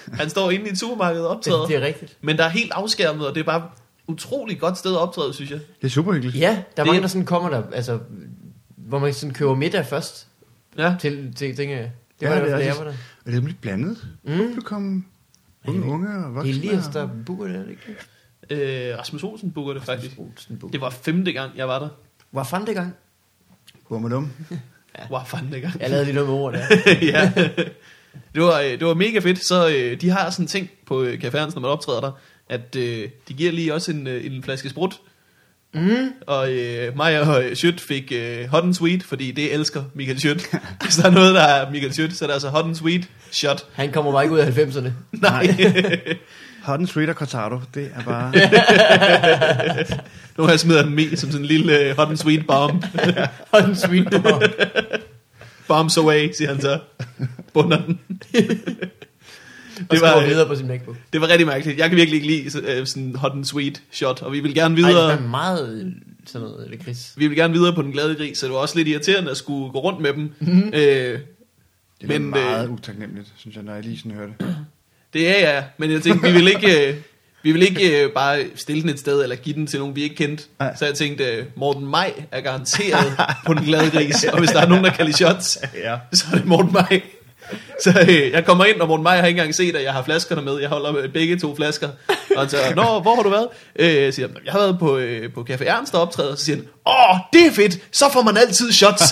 Han står inde i et supermarked og optræder. Det, det er rigtigt. Men der er helt afskærmet, og det er bare utroligt godt sted at optræde, synes jeg. Det er super hyggeligt. Ja, der er Det- mange, der sådan kommer der, altså, hvor man sådan køber middag først Ja. til, til ting. Det Ja, var det det, er der, jeg også- var der. Og det er lidt blandet. Mm. Publikum, unge, unge og Det er voksne. Elias, der booker det, er det ikke? Øh, Rasmus Olsen booker det faktisk. Olsen booker. Det var femte gang, jeg var der. Hvor fanden det gang? Hvor med dem? Wow, femte gang. Jeg lavede lige noget med ord der. Ja. Det var, øh, det var mega fedt. Så øh, de har sådan en ting på øh, Café Ernst, når man optræder der, at øh, de giver lige også en, øh, en flaske sprut. Mm. Og øh, mig og øh, Schødt fik øh, hot and sweet, fordi det elsker Michael Schødt. Hvis der er noget, der er Michael Schødt, så er det altså hot and sweet shot. Han kommer bare ikke ud af halvfemserne. Nej. Hot and Sweet og Cortado, det er bare... Nu har jeg smidt den med som sådan en lille øh, hot and sweet bomb. Hold en sweet bomb. Bombs away, siger han så. Bunder den. Og Det var, skriver øh, videre på sin MacBook. det var rigtig mærkeligt. Jeg kan virkelig ikke lide så- øh, sådan hot and sweet shot, og vi vil gerne Ej, det videre. er meget øh, sådan noget lakrids. Vi vil gerne videre på den glade gris, så det var også lidt irriterende at skulle gå rundt med dem. Mm-hmm. Øh, Det er Men, meget øh, utaknemmeligt, synes jeg, når jeg lige sådan hører det. det er ja, men jeg tænkte, vi vil ikke, øh, vi vil ikke øh, bare stille den et sted, eller give den til nogen, vi ikke kendte. Nej. Så jeg tænkte, øh, Morten Maj er garanteret på den glade gris, og hvis der er nogen, der kan lide shots, Ja. så er det Morten Maj. Så øh, jeg kommer ind, og Morten Maj har ikke engang set, at jeg har flaskerne med. Jeg holder begge to flasker. Og han siger, nå, hvor har du været? Øh, jeg siger, jeg har været på, øh, på Café Ernst og optrædet. Og så siger han, åh, det er fedt, så får man altid shots.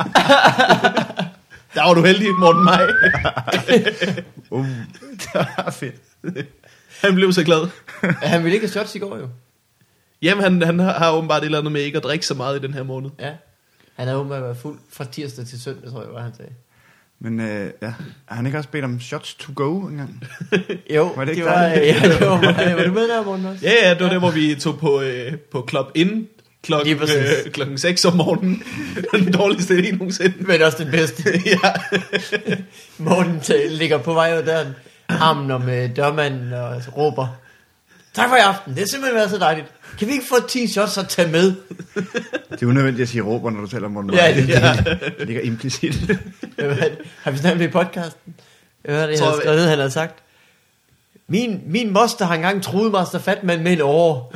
Der var du heldig, Morten Maj. Uh, det er fedt. Han blev så glad. Han ville ikke have shots i går jo. Jamen, han, han har åbenbart et eller andet med ikke at drikke så meget i den her måned. Ja. Han havde åbenbart været fuld fra tirsdag til søndag, tror jeg, var han sagde. Men øh, ja, har han ikke også bedt om shots to go engang? Jo, Var det det, ikke var, dejligt? ja, det var mig. Var du med der, Morten, også? Ja, ja, det var der, hvor vi tog på, øh, på Club Inn klokken, Lige præcis. øh, klokken seks om morgenen. Den dårligste idé nogensinde. Men også den bedste. Ja. Morten t- ligger på vej ud af døren, armen om øh, dørmanden og råber, tak for i aften, det har simpelthen været så dejligt. Kan vi ikke få ti shots at tage med? Det er unødvendigt at sige råber, når du taler om Morten Ja, Maj. det- det, det ligger implicit. Har vi snakket det i podcasten? Jeg hørte, jeg Tror havde jeg- skrevet ned, han havde sagt, min, min moster har engang troet Master Fatman med et år.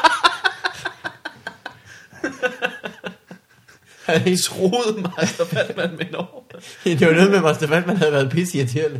Han er helt Troede Master Batman med en år. Det var noget med, at Master Fatman havde været pissirriterende.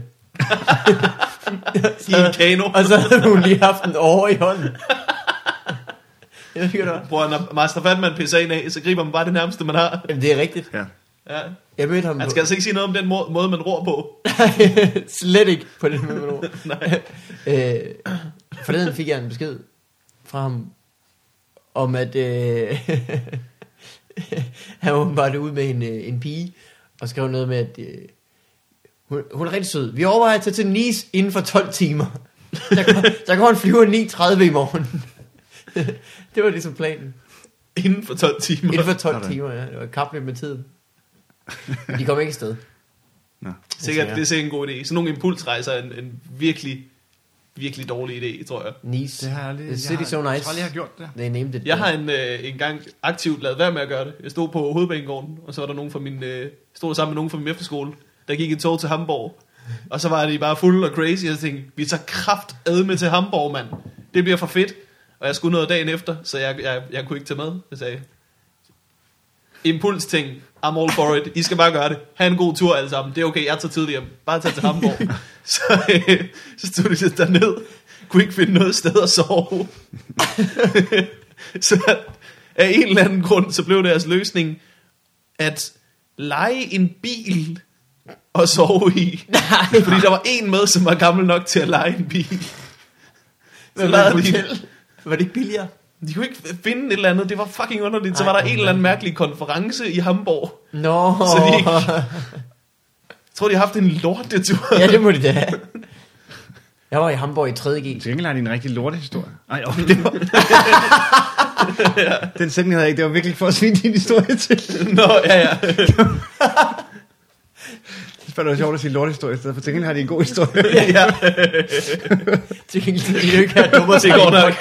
I en kano. Og så havde hun lige haft en år i hånden. Jeg ved ikke, hvad det var. Hvor når Master Fatman pisser en af, så griber man bare det nærmeste, man har. Jamen, det er rigtigt. Ja. Ja. Jeg mødte ham Han på- skal altså ikke sige noget om den må- måde, man ror på. Slet ikke på det med ord. Nej. øh, forleden fik jeg en besked fra ham, om at øh, han var åbenbart ude med en, øh, en pige, og skrev noget med, at øh, hun, hun er rigtig sød. Vi overvejer at tage til Nice inden for tolv timer. Der går, der går en flyver ni tredive i morgen. Det var ligesom planen. Inden for tolv timer. Inden for tolv Sådan. timer, ja. Det var et kapløb med tiden. Men de kom ikke afsted. Nå. Sikkert, det er sikkert en god idé. Så nogle impulsrejser er en, en virkelig, virkelig dårlig idé, tror jeg. Nice. Det har jeg lige... The jeg city har- so nice. Jeg tror lige, jeg har gjort det. They named it. Jeg har en, øh, en gang aktivt lavet være med at gøre det. Jeg stod på Hovedbanegården, og så var der nogen fra min, øh, stod der sammen med nogen fra min efterskole, der gik et tog til Hamburg. Og så var de bare fuld og crazy, og jeg tænkte, vi tager kraft med til Hamburg, mand. Det bliver for fedt. Og jeg skulle noget dagen efter, så jeg, jeg, jeg kunne ikke tage med. Jeg sagde, impuls ting, I'm all for it. I skal bare gøre det. Ha' en god tur alle sammen. Det er okay, jeg tager tidligere. Bare tag til Hamburg. så, øh, så stod de lidt derned. Kunne ikke finde noget sted at sove. Så af en eller anden grund, så blev deres løsning at lege en bil og sove i. Nej. Fordi der var en med, som var gammel nok til at lege en bil. Hvad lavede var de- det hotel? Var det ikke billigere? De kunne ikke finde et eller andet. Det var fucking underligt. Så Ej, var der hvor en eller anden mærkelig konference i Hamburg. Nå. Så de ikke- Jeg tror, de har haft en lortetur. Ja, det må de da have. Jeg var i Hamburg i tredje G. Til gengæld har de en rigtig lortehistorie. Ej, okay, det var... Den sætning havde jeg ikke. Det var virkelig for at svine din historie til. Nå, ja, ja. Det var sjovt at sige lortehistorie i stedet for. Til gengæld har de en god historie. ja. Til gengæld er de jo ikke her dummer Det går nok.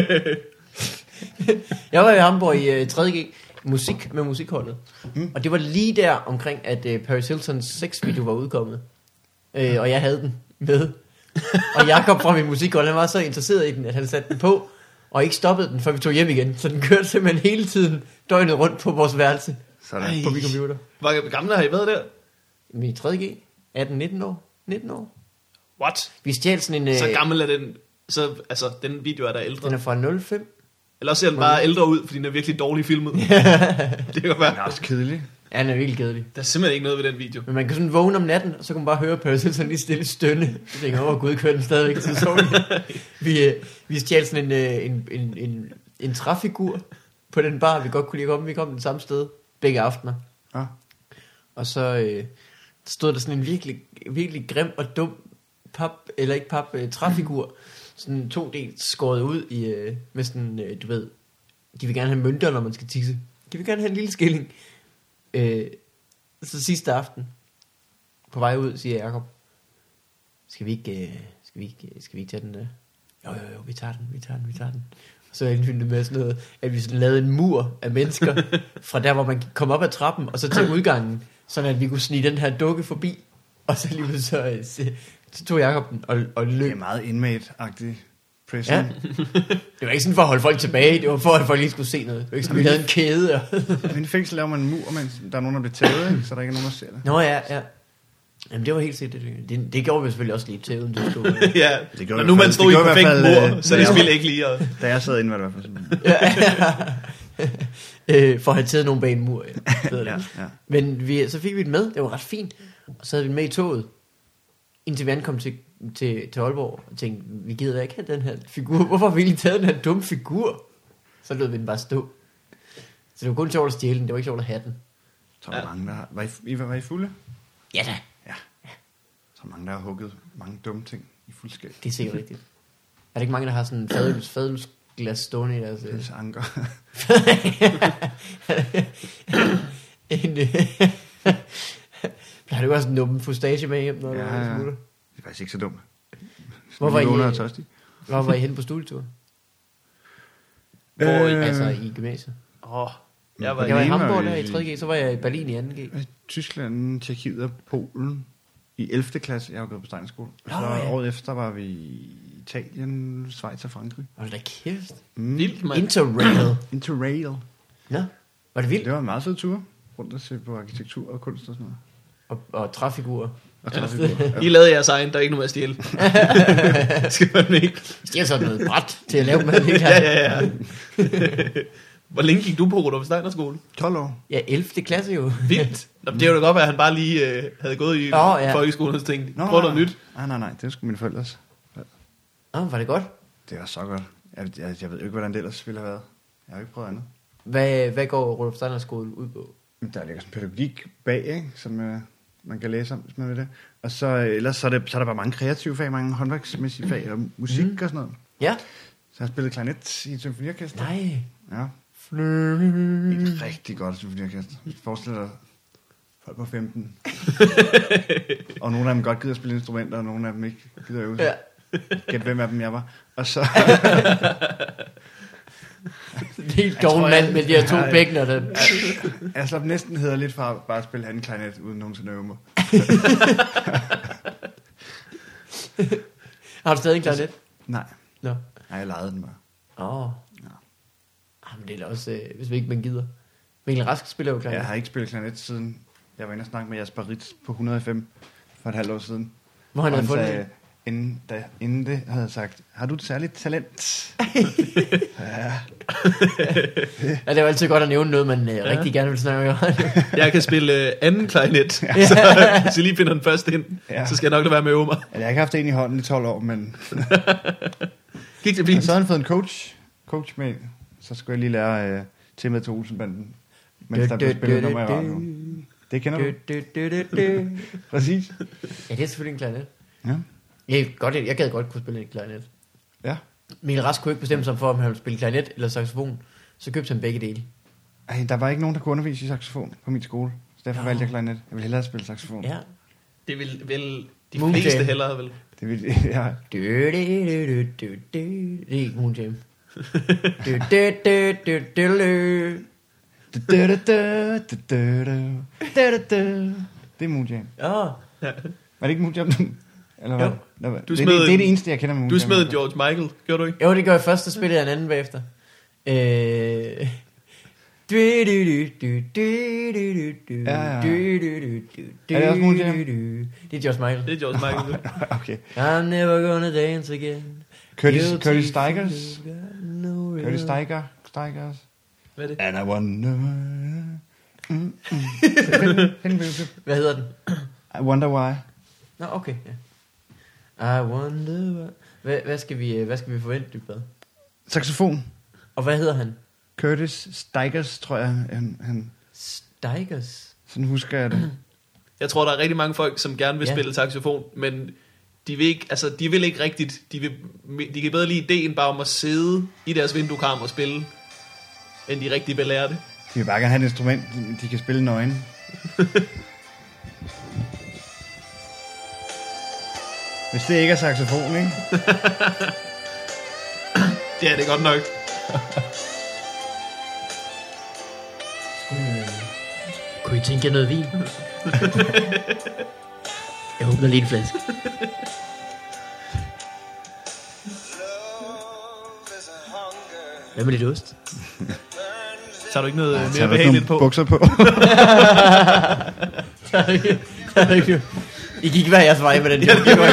Jeg var i Hamburg i uh, tredje G. Musik med musikholdet. Mm. Og det var lige der omkring, at uh, Paris Hiltons sexvideo var udkommet. Uh, og jeg havde den med. Og Jakob fra min musikhold, han var så interesseret i den, at han satte den på, og ikke stoppede den, før vi tog hjem igen. Så den kørte simpelthen hele tiden døgnet rundt på vores værelse. Sådan. På min computer. Hvor gamle har I været der? Min tredje G. atten nitten år. nitten år. What? Vi stjal sådan en... Så øh, gammel er den... Så, altså, den video er der ældre. Den er fra nul fem. Eller også ser den bare ældre ud, fordi den er virkelig dårligt filmet. Det kan Den være. er også kedelig. Ja, den er virkelig kedelig. Der er simpelthen ikke noget ved den video. Men man kan sådan vågne om natten, og så kan man bare høre Percy sådan lige stille stønne. Jeg tænker, åh gud, kører den stadigvæk til solen. vi, øh, vi stjal sådan en, øh, en, en, en, en træfigur på den bar, vi godt kunne lide at komme. Vi kom den samme sted begge aftener. Ja. Og så øh, stod der sådan en virkelig, virkelig grim og dum pap, eller ikke pap, øh, træfigur. Sådan to del skåret ud i, øh, med sådan, øh, du ved, de vil gerne have mønter, når man skal tisse. De vil gerne have en lille skilling. Øh, så sidste aften, på vej ud, siger Jacob, skal vi ikke, øh, skal vi ikke, skal vi ikke tage den der? Jo, jo, jo, vi tager den, vi tager den, vi tager den. Og så endte vi med sådan noget, at vi sådan lavede en mur af mennesker, fra der, hvor man kom op ad trappen, og så til udgangen, sådan at vi kunne snige den her dukke forbi. Og så lige så, øh, så, så tog Jacob den og, og Det løb. er meget inmate-agtig prison. Ja. Det var ikke sådan for at holde folk tilbage, det var for at folk lige skulle se noget. Det var ikke sådan, vi lavede en kæde. Og Men i fængsel laver man en mur, mens der er nogen, der bliver taget, ikke? Så der ikke er nogen, der ser det. Nå ja, ja. Jamen det var helt sikkert det. Det, det gjorde vi selvfølgelig også lige til, uden det stod. Ja, Det gjorde når i nu hvert man fald- stod det i gjorde i perfekt hvert fald, mur, øh, så det ja. spiller ikke lige at... Da jeg sad inde, var det i hvert fald sådan. øh, for at have taget nogle bag en mur. Ja. Ved Ja, det. ja. Men vi, så fik vi den med, det var ret fint. Og så havde vi den med i toget, indtil vi ankom til, til, til Aalborg, og tænkte, vi gider da ikke have den her figur. Hvorfor har vi egentlig taget den her dumme figur? Så lød vi den bare stå. Så det var kun sjovt at stjæle den, det var ikke sjovt at have den. Så var mange, der har... Var I, I, var I fulde? Ja da, Så er mange, der har hugget mange dumme ting i fuldskab. det er sikkert rigtigt. Er der ikke mange, der har sådan en fadøls, fadølsglas stående i deres... øh, Pels anker. en, øh, har du også en nummen fustage med hjem, når Ja, du ja. smutter? Det er faktisk ikke så dumt. Hvor var I- Vågner og tørstig. Hvor var I henne på studietur? Hvor, Øh, Altså i gymnasiet. Åh, jeg var Jeg var i alene, Hamburg og der i- i tredje G, så var jeg i Berlin i anden G. I Tyskland, Tjekkiet og Polen i ellevte klasse. Jeg var gået på Steinerskole. Og så Nå, ja. året efter var vi i Italien, Schweiz og Frankrig. Hold da kæft. Mm. vildt, mand. Interrail. Interrail. Nå, var det vildt? Det var en meget fed tur. Rundt og se på arkitektur og kunst og sådan noget. Og, og træfigurer. Og træfigurer. I lavede jeres egen, der er ikke noget at stjæle. Skal man ikke? Det er sådan noget bræt til at lave med det hele Ja, her. ja, ja. Hvor længe gik du på Rudolf Steiner skole? tolv år. Ja, ellevte klasse jo. Vildt. Nå, det er jo da godt, at han bare lige øh, havde gået i Nå, ja. folkeskolen og tænkte, Nå, prøv noget nyt. Nej, nej, nej. Det var sgu mine forældres. Nå, var det godt? Det var så godt. Jeg, jeg, jeg ved jo ikke, hvordan det ellers ville have været. Jeg har jo ikke prøvet andet. Hvad, hvad går Rudolf Steiner skole ud på? Men der ligger sådan pædagogik bag, ikke? Som øh, man kan læse om, hvis man vil det. Og så øh, ellers så er, det, så er der bare mange kreative fag, mange håndværksmæssige fag, og musik mm. og sådan noget. Ja. Så jeg har spillet klarinet i et symfoniorkester. Nej. Ja. Et rigtig godt symfoniorkester. Forestil dig folk på femten. Og nogle af dem godt gider at spille instrumenter, og nogle af dem ikke gider at øve sig. Ja. Gæt hvem af dem jeg var. Og så... En helt doven mand med de her to Ja, ja. bækkener. Der... jeg slap næsten hedder lidt fra bare at spille anden klarinet, uden nogensinde at øve mig. Har du stadig en klarinet? Nej. Nå. Nej, jeg lejede den bare. Åh. Oh. Ja. Jamen det er da også, øh, hvis vi ikke man gider. Mikkel Rask spiller jo klarinet. Jeg har ikke spillet klarinet siden jeg var inde og snakke med Jasper Ritz på et hundrede og fem for et halvt år siden. Hvor han Og havde fundet sagde, det. inden, da, inden det havde jeg sagt, har du et særligt talent? Ja. Ja, det er jo altid godt at nævne noget, man øh, ja. rigtig gerne vil snakke om. Jeg kan spille øh, anden klarinet, så hvis jeg lige finder den første ind, Ja. så skal jeg nok lade være med at øve mig. Altså, jeg har ikke haft en i hånden i tolv år, men... Gik det Og fint? så har han fået en coach, coach med. Så skulle jeg lige lære uh, Tim til Olsenbanden, mens der blev spillet nummer i radioen. Det kender du? Du, du, du, du, du. Præcis. Ja, det er selvfølgelig en klarinet. Ja. Jeg, godt, jeg gad godt kunne spille en klarinet. Ja. Mikkel Rask kunne ikke bestemme sig for, om han ville spille klarinet eller saxofon. Så købte han begge dele. Ej, der var ikke nogen, der kunne undervise i saxofon på min skole. Så derfor Nå. valgte jeg klarinet. Jeg ville hellere spille saxofon. Ja. Det vil vel de Moon fleste Jam. hellere, vel? Det ville, ja. Du, du, du, du, du. Det er ikke Moon Jam. Du, du, du, du, du, du. Du, du, du, du, du, du, du, du, du. Det er Moon Jam. Ja. Var det ikke Moon Jam? Eller hvad? Jo. Eller hvad? Du det, er smed det, det er en- det eneste, jeg kender med Du Moonshine. smed en George Michael, gjorde du ikke? Jo, det gør jeg først, så spillede jeg en anden bagefter. Øh... Du, du, du, du, du, du, du, Ja, ja. du, du, du, du, Er det også Moon Jam? du, du. Det er George Michael. Det er George Michael. Okay. I'm never gonna dance again. Curtis, Guilty Curtis feet Stigers. got no real- Curtis Stiger. Stigers. Hvad er det? And I wonder... Mm, mm. Find- find videoklip. Hvad hedder den? I wonder why. Nå, okay. Ja. I wonder what... Hvad, hvad, skal vi, hvad skal vi forvente, Dybvad? Saxofon. Og hvad hedder han? Curtis Stigers, tror jeg. Han, han, Stigers. sådan husker jeg det. Jeg tror, der er rigtig mange folk, som gerne vil Ja. spille saxofon, men de vil ikke, altså, de vil ikke rigtigt. De, vil, de kan bedre lide ideen bare om at sidde i deres vinduekarm og spille, end de rigtig vil lære det. De vil bare gerne have et instrument, de kan spille nøgen. Hvis det ikke er saxofon, ikke? Det er det godt nok. Kunne I tænke jer noget vin? Jeg åbner lige en flaske. Hvad med lidt ost? Tager du ikke noget Jeg mere tager der behageligt nogle på? bukser på. Der er ikke- der er ikke- I gik hver jeres vej med den.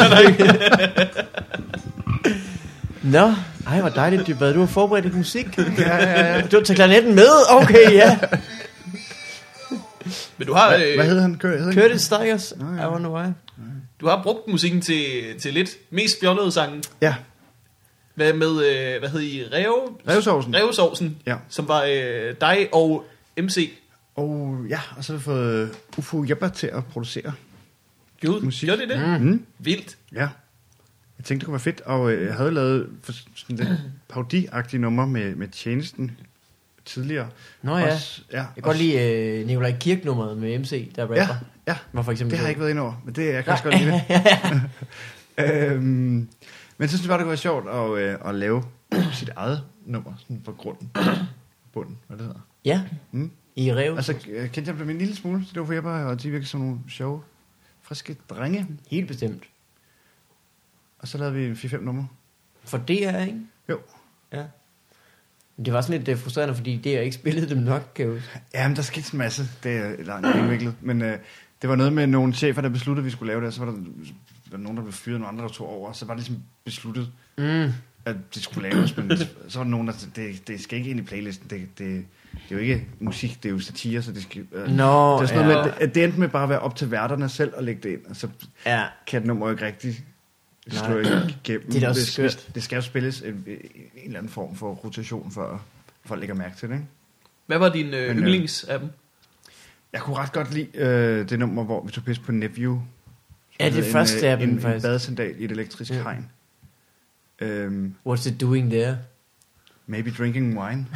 Nå, ej hvor dejligt, Dybvad. Du har forberedt lidt musik. Ja, ja, ja. Du tager klarinetten med? Okay, ja. Men du har, Hvad, øh, hvad hedder han? Curtis, hedder han? Curtis Stigers. Nå, ja. I wonder why. du har brugt musikken til, til lidt mest fjollede sange. Ja, Hvad med, øh, hvad hed I? Rev? Revsovsen. Revsovsen, Ja. som var øh, dig og M C. Og ja, og så har vi fået Ufo Jebba til at producere. Gud, Musik. gjorde de det? Mm. Mm. Vildt. Ja. Jeg tænkte, det kunne være fedt, og øh, jeg havde lavet for sådan lidt parodi-agtige nummer med, med tjenesten tidligere. Nå ja. Også, ja Jeg kan godt lide øh, Nikolaj Kirk-nummeret med M C, der rapper. Ja, ja, Var for eksempel det har jeg sjovt. ikke været inde over, men det jeg kan også godt lide det. øhm, men jeg synes det bare, det kunne være sjovt at, øh, at lave sit eget nummer, sådan på grunden. Bunden, hvad det hedder. Ja, Mm. i Rev. Altså, øh, kendte jeg dem en lille smule, så det var for Jebba, og de virker som nogle sjove, friske drenge. Helt bestemt. Og så lavede vi fire fem numre. For det er, ikke? Jo. Ja. Men det var sådan lidt uh, frustrerende, fordi det er ikke spillet dem nok, kan jeg huske. Ja, men der skete en masse. Det er langt indviklet. Men øh, det var noget med nogle chefer, der besluttede, at vi skulle lave det. Og så var der, var der nogen, der blev fyret, og nogle andre, der tog over. Så var det ligesom besluttet, Mm. at det skulle laves. Men så var der nogen, der sagde, det, det skal ikke ind i playlisten. Det, det, det er jo ikke musik, det er jo satire, så det skal... Øh, Nå, det, er sådan noget ja. med, at det endte med bare at være op til værterne selv at lægge det ind. Og så Ja. kan et nummer jo ikke rigtig slå Nej. igennem. Det er da også det, skal, skørt. det skal jo spilles en, en eller anden form for rotation, for folk lægger mærke til det, ikke? Hvad var din øh, Men, øh, yndlings af dem? Jeg kunne ret godt lide øh, det nummer, hvor vi tog pis på Nephew. Ja, det en, første øh, af dem, en, en faktisk. badesandal i et elektrisk Ja. hegn. Øhm, What's it doing there? maybe drinking wine.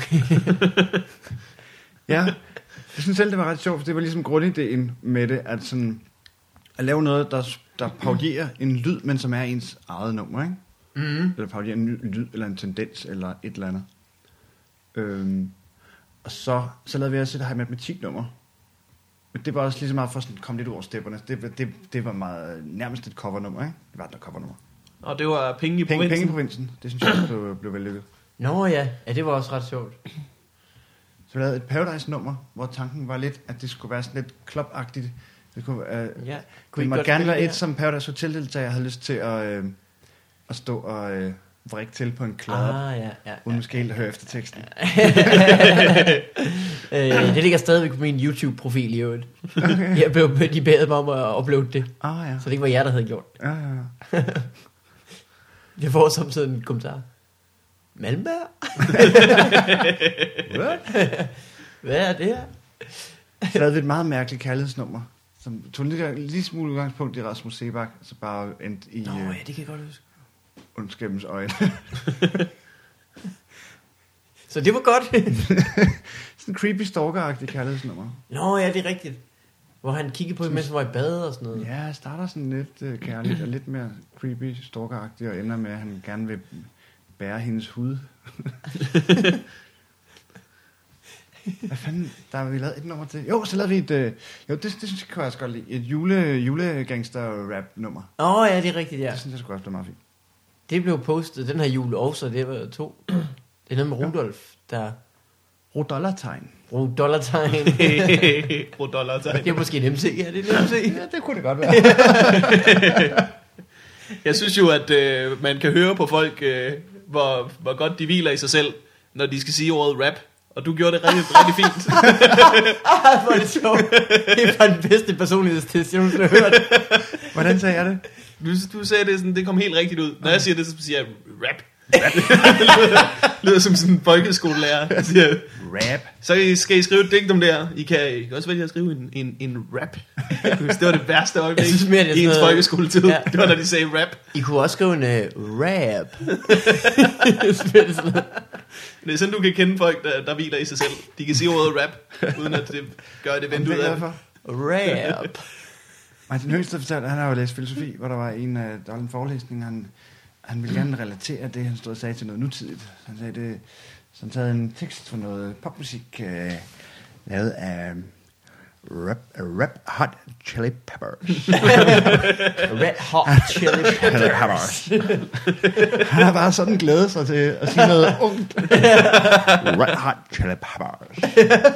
Ja, jeg synes selv, det var ret sjovt, for det var ligesom grundideen med det, at, sådan, at lave noget, der, der parodierer en lyd, men som er ens eget nummer, ikke? Mm. Eller parodierer en ny lyd, eller en tendens, eller et eller andet. Øhm, og så, så lavede vi også et her matematiknummer. Men det var også lige så meget for at sådan komme lidt over stepperne. Det, det, det var meget nærmest et covernummer, ikke? Det var et covernummer. Og det var Penge i Penge, provinsen. penge i provinsen. Det synes jeg også blev, blev vellykket. Nå ja, ja, det var også ret sjovt. Så vi lavede et Paradise-nummer, hvor tanken var lidt, at det skulle være sådan lidt club-agtigt. Det kunne, uh, Ja. det I måtte godt gerne spille være det et, her? som Paradise Hotel-deltager havde lyst til at, uh, at stå og uh, vrikke til på en club, Ah, ja, ja. uden måske helt at høre efter teksten. øh, det ligger stadigvæk på min YouTube-profil i øvrigt. Okay. Jeg blev, de bad mig om at uploade det, Ah ja. så det ikke var jer, der havde gjort det. Ja, ja, ja. Jeg får samtidig en kommentar. Malmberg? Hvad er det her? Så lavede vi et meget mærkeligt kærlighedsnummer, som tog en lille, lille smule udgangspunkt i Rasmus Sebak, så bare endte i Nå uh, ja, det kan jeg godt huske. ondskabens øjne. Så det var godt. Sådan en creepy stalker-agtig kærlighedsnummer. Nå ja, det er rigtigt. Hvor han kiggede på, mens han var i bad og sådan noget. Ja, jeg starter sådan lidt uh, kærligt og lidt mere creepy stalker-agtig, og ender med, at han gerne vil bære hendes hud. Hvad fanden, der har vi lavet et nummer til. Jo, så lavede vi et, øh, jo, det, det synes jeg kan jeg også godt lide. Et jule, julegangster-rap-nummer. Åh, oh, ja, det er rigtigt, ja. Det synes jeg sgu også blev meget fint. Det blev postet den her jul også, det var to. Det er noget med Rudolf, der... Rodollartegn. Rudollartegn. Rodollartegn. Det er måske en M C, ja, det er en M C. Ja, det kunne det godt være. Jeg synes jo, at øh, man kan høre på folk, øh, hvor, hvor godt de hviler i sig selv, når de skal sige ordet rap. Og du gjorde det rigtig, rigtig fint. Ah, hvor er det sjovt. Det var den bedste personlighedstest, jeg nogensinde har hørt. Hvordan sagde jeg det? Du, du sagde det sådan, det kom helt rigtigt ud. Når jeg siger det, så siger jeg rap. rap. Det lyder, lyder som sådan en folkeskolelærer. Jeg siger, Rap. så skal I skrive et digt om det her. I kan, I kan også vælge at skrive en, en, en rap. Det var det værste øjeblik Jeg synes mere, det er i ens sådan noget- folkeskoletid. Ja. Det var, når de sagde rap. I kunne også skrive en uh, rap. Det er sådan noget. Det er sådan, du kan kende folk, der, der hviler i sig selv. De kan sige ordet rap, uden at det gør det vendt ud af det. Rap. Martin Høgsted fortalte, han har jo læst filosofi, hvor der var en, øh, der var en forelæsning, han, han ville gerne relatere det, han stod og sagde til noget nutidigt. Han sagde det, så han taget en tekst for noget popmusik, øh, lavet af rap, rap Hot Chili Peppers. Red Hot Chili Peppers. Han har bare sådan glædet sig til at sige noget ungt. Red Hot Chili Peppers.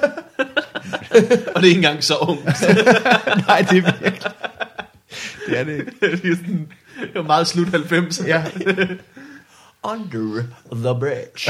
Og det er ikke engang så ungt. Nej, det er virkelig. Det er det ikke. Det er sådan, det var meget slut halvfems. Ja. Under the bridge.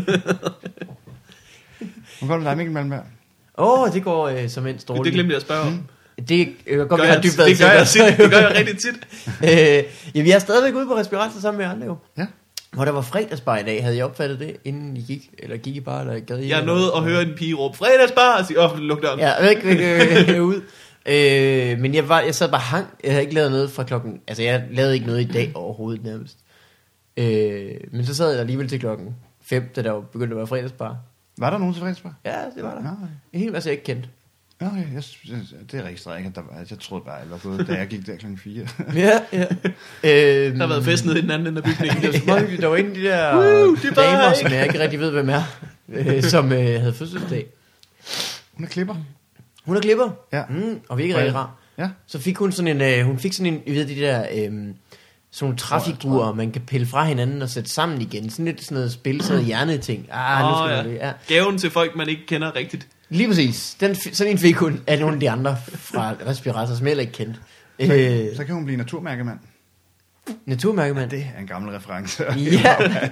Hvor går det dig, Mikkel Malmberg? Åh, oh, det går øh, som en stråle. Det glemte jeg at spørge om. Det øh, godt, Gør vi jeg, har dybt det, gør jeg tit, det gør jeg rigtig tit. øh, ja, vi er stadigvæk ude på respirator sammen med andre jo. Ja. Hvor der var fredagsbar i dag. Havde I opfattet det, inden I gik? Eller gik I bare, eller gad I? Jeg nåede at høre en pige råbe, fredagsbar, og sige, åh, luk døren. Ja, væk, væk, væk, væk ud. Øh, men jeg, var, jeg sad bare hang. Jeg havde ikke lavet noget fra klokken... Altså, jeg lavede ikke noget i dag overhovedet nærmest. Øh, men så sad jeg der alligevel til klokken fem, da der var begyndt at være fredagsbar. Var der nogen til fredagsbar? Ja, det var der. Ja, En hel masse, jeg ikke kendte. ja, okay. Jeg, synes, det registrerer ikke, at der var, jeg troede bare, at jeg var gået, da jeg gik der klokken fire. Ja, ja. Øh, Der har været fest nede i den anden ende af bygningen. Det var så meget hyggeligt. Der var en af de der Woo, det var damer, ikke. som jeg ikke rigtig ved, hvem er, øh, som øh, havde fødselsdag. Hun er klipper. Hun er klipper, Ja. mm, og virkelig rigtig rar. Ja. Så fik hun sådan en, øh, hun fik sådan en, I ved de der, øh, sådan nogle træfigurer, man kan pille fra hinanden og sætte sammen igen. Sådan lidt sådan noget spil, sådan noget hjerneting. Ah, nu Åh, skal ja. det, ja. Gaven til folk, man ikke kender rigtigt. Lige præcis. Den, f- sådan en fik hun af nogle af de andre fra Respirator, som jeg heller ikke kendte. Så, Øh, så kan hun blive naturmærkemand. naturmærkemand. Det er en gammel reference. Ja. Det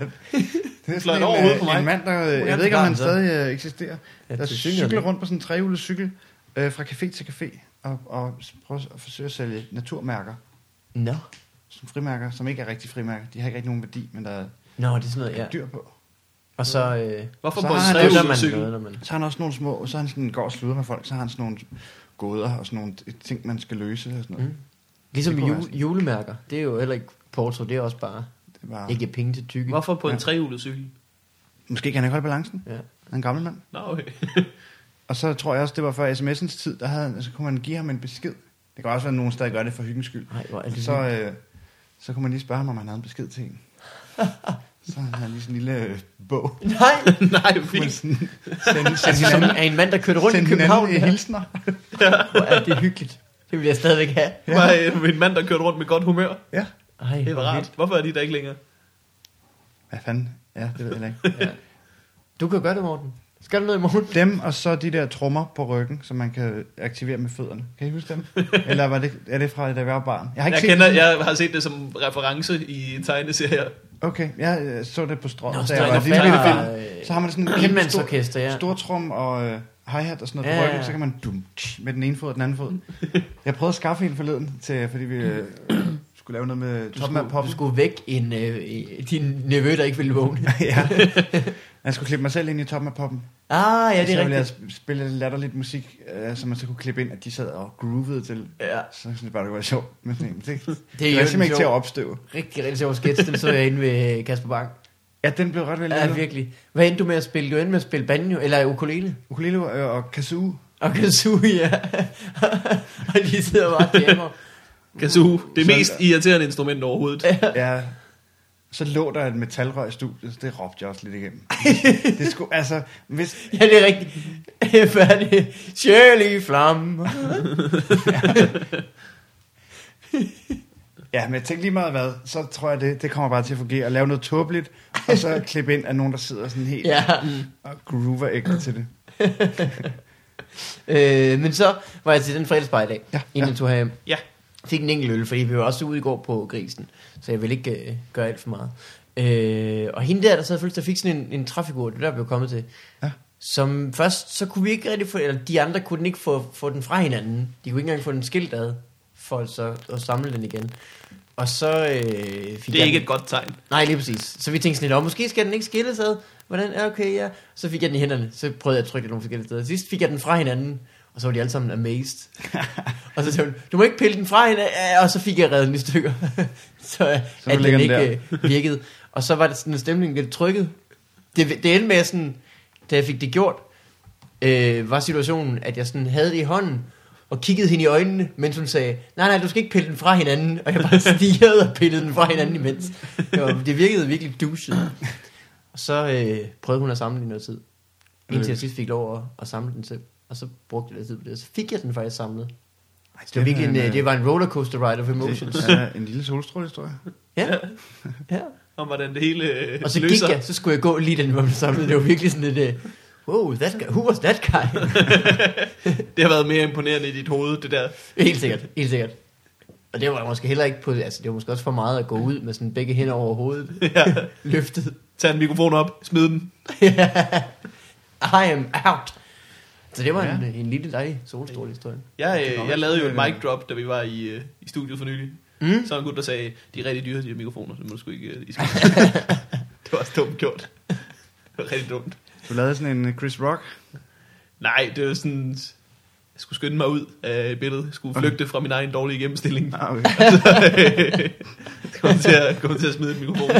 er Fløjt sådan over en, hovedet øh, på mig. en mand, der, øh, Hun er jeg ved ikke, om han så. stadig øh, eksisterer, Ja, der til synligheden. cykler rundt på sådan en trehjulet cykel øh, fra café til café og, og prøver at forsøge at sælge naturmærker. Nå. Som frimærker, som ikke er rigtig frimærker. De har ikke rigtig nogen værdi, men der er Nå, det er sådan noget, ja. dyr på. Og så, øh, Hvorfor Så på en har han- støtter trehjulet man cykel? noget, når man... Så har han også nogle små, så har han sådan, går og sluder med folk, så har han sådan nogle gåder og sådan nogle ting, man skal løse og sådan noget. Mm. Ligesom Det kunne jule, være julemærker. Det er jo heller ikke porto, det er også bare Det var, ikke penge til tykke. Hvorfor på en Ja. trehjulet cykel? måske kan han ikke holde balancen. Ja. Han er en gammel mand. Nå, okay. Og så tror jeg også, det var før sms'ens tid, der havde, han- så kunne man give ham en besked. Det kan også være, at nogen stadig gør det for hyggens skyld. Nej, hvor er det Så, øh, så kunne man lige spørge ham, om han havde en besked til en. Så han havde lige sådan en lille øh, bog. Nej, Nej, Kunne man fint. sådan sende, altså sende, som hinanden, er en mand, der kørte rundt i sende København. hinanden Ja. hilsner. Hvor er det hyggeligt. Det vil jeg stadigvæk have. Var øh, en mand, der kørte rundt med godt humør. Ja. Ej, Det var hvor rart. vildt. Hvorfor er de der ikke længere? Hvad fanden? Ja, det ved jeg heller ikke. Ja. Du kan gøre det, Morten. Skal du noget i morgen? Dem og så de der trommer på ryggen, som man kan aktivere med fødderne. Kan I huske dem? Eller var det, er det fra, da jeg var barn? Jeg har ikke Jeg, set kender, det. jeg har set det som reference i tegneserier. Okay, jeg øh, så det på strået, Nå, da så jeg er var der lille bitte færre, film. øh, Så har man sådan en kæmpe stor, Enmandsorkester, ja. stor trum og øh, hi-hat og sådan noget Ja, på ja, ryggen, ja. så kan man dum, tsch, med den ene fod og den anden fod. Jeg prøvede at skaffe en forleden, til, fordi vi øh, skulle lave noget med Du toppen af skulle, poppen. du skulle væk en, øh, din nevø, der ikke ville vågne. Ja. Jeg skulle klippe mig selv ind i toppen af poppen. Ah, ja, Og det så er ville jeg rigtigt. sp- spille latterligt musik, øh, som man så kunne klippe ind, at de sad og groovede til. Ja. Så synes jeg bare, det var sjovt. Men det, det, det, Det det er var jo simpelthen ikke til at sjov, opstøve. rigtig, rigtig sjov sketch. Den så jeg inde ved Kasper Bang. Ja, den blev ret vel Ja, lavet. virkelig. Hvad endte du med at spille? Du endte med at spille banjo, eller ukulele? Ukulele og, og kazoo. Og kazoo, ja. Og de sidder bare og jammer. Kazoo. Det Så- mest irriterende instrument overhovedet. Ja. Så lå der et metalrør i studiet, så det råbte jeg også lidt igennem. Det skulle, altså, hvis... Ja, det er rigtigt. Færdig. Shirley Flam. Ja, men jeg tænkte lige meget hvad, så tror jeg, det, det kommer bare til at fungere. At lave noget tåbeligt, og så klippe ind af nogen, der sidder sådan helt Ja. og groover ægte til det. øh, men så var jeg til den fredagsbar i dag, Ja, inden ja. jeg tog hjem. Ja. Fik en enkelt øl, fordi vi var også ude i går på Grisen, så jeg ville ikke øh, gøre alt for meget. Øh, og hende der, der sad følte, der fik sådan en, en trafikur, det der blev kommet til. Ja. Som først, så kunne vi ikke rigtig få, eller de andre kunne den ikke få, få den fra hinanden. De kunne ikke engang få den skilt ad, for så at samle den igen. Og så øh, fik Det er jeg ikke den. et godt tegn. Nej, lige præcis. Så vi tænkte sådan lidt, om måske skal den ikke skilles ad. Hvordan? Ja, okay, ja. Så fik jeg den i hænderne. Så prøvede jeg at trykke det nogle forskellige steder. Sidst fik jeg den fra hinanden. Og så var de alle sammen amazed. Og så sagde hun, du må ikke pille den fra hinanden. Ja, og så fik jeg reddet den i stykker. så Så at den ligger den ikke øh, virkede. Og så var det sådan en stemning lidt trykket. Det, det endte med sådan, da jeg fik det gjort, øh, var situationen, at jeg sådan havde det i hånden, og kiggede hende i øjnene, mens hun sagde, nej, nej, du skal ikke pille den fra hinanden. Og jeg bare stirrede og pillede den fra hinanden imens. Det, var, det virkede virkelig douchet. Og så øh, prøvede hun at samle den i noget tid. Indtil jeg sidst fik lov at, at samle den selv. Og så brugte jeg lidt tid på det. Så fik jeg den faktisk samlet. Det var virkelig en, en, det var en rollercoaster ride of emotions. Det er en lille solstrålehistorie. Ja, ja. Om hvordan det hele øh, Og så gik løser. jeg, så skulle jeg gå lige den, hvor man samlede. Det var virkelig sådan lidt, uh, wow, that guy, who was that guy? Det har været mere imponerende i dit hoved, det der. Helt sikkert, helt sikkert. Og det var måske heller ikke på, altså det var måske også for meget at gå ud med sådan begge hænder over hovedet. Ja. Løftet. Tag en mikrofon op, smid den. I am out. Så det var Ja. en, en lille dejlig solstrålehistorie. Jeg, Det kan øh, godt jeg lavede jo et være, mic drop, da vi var i, øh, i studiet for nylig. Mm. Så var en gut, der sagde, de er rigtig dyre, de her mikrofoner, så må du sgu ikke... Øh, I skal. Det var også dumt gjort. Det var rigtig dumt. Du lavede sådan en Chris Rock. Nej, det var sådan... Jeg skulle skynde mig ud af billedet. Jeg skulle flygte fra min egen dårlige gennemstilling. Ah, okay. Jeg kom til at, kom til at smide et mikrofon.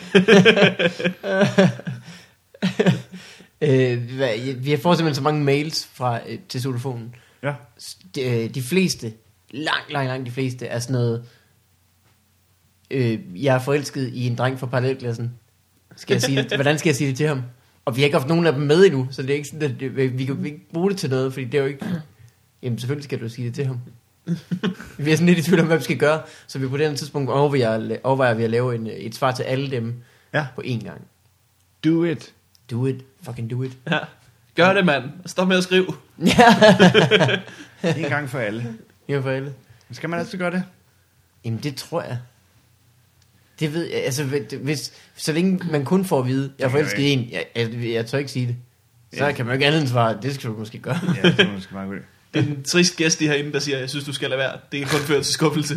øh, hvad- vi har fået simpelthen så mange mails fra, øh, til Solofonen. Ja. De, øh, de fleste, langt, langt, langt de fleste, er sådan noget, øh, jeg er forelsket i en dreng fra parallelklassen. Skal jeg sige det? Hvordan skal jeg sige det til ham? Og vi har ikke haft nogen af dem med endnu, så det er ikke sådan, at det, vi, vi kan ikke bruge det til noget, fordi det er jo ikke... Jamen selvfølgelig skal du sige det til ham. Vi er sådan lidt i tvivl om, hvad vi skal gøre, så vi på det tidspunkt overvejer, overvejer vi at lave en, et svar til alle dem Ja. på én gang. Do it. Do it. Fucking do it. Ja. Gør det, mand. Stop med at skrive. En gang for alle. Ja, for alle. Skal man altid gøre det? Jamen det tror jeg. Det ved jeg, altså hvis, så længe man kun får at vide, jeg er forelsket i en, jeg, jeg, jeg tør ikke sige det. Så Ja. kan man jo ikke andet end svare, det skal du måske gøre. Ja, det er måske meget godt. Det er en trist gæst lige herinde, der siger, jeg synes, du skal lade være. Det kan kun føre til skuffelse.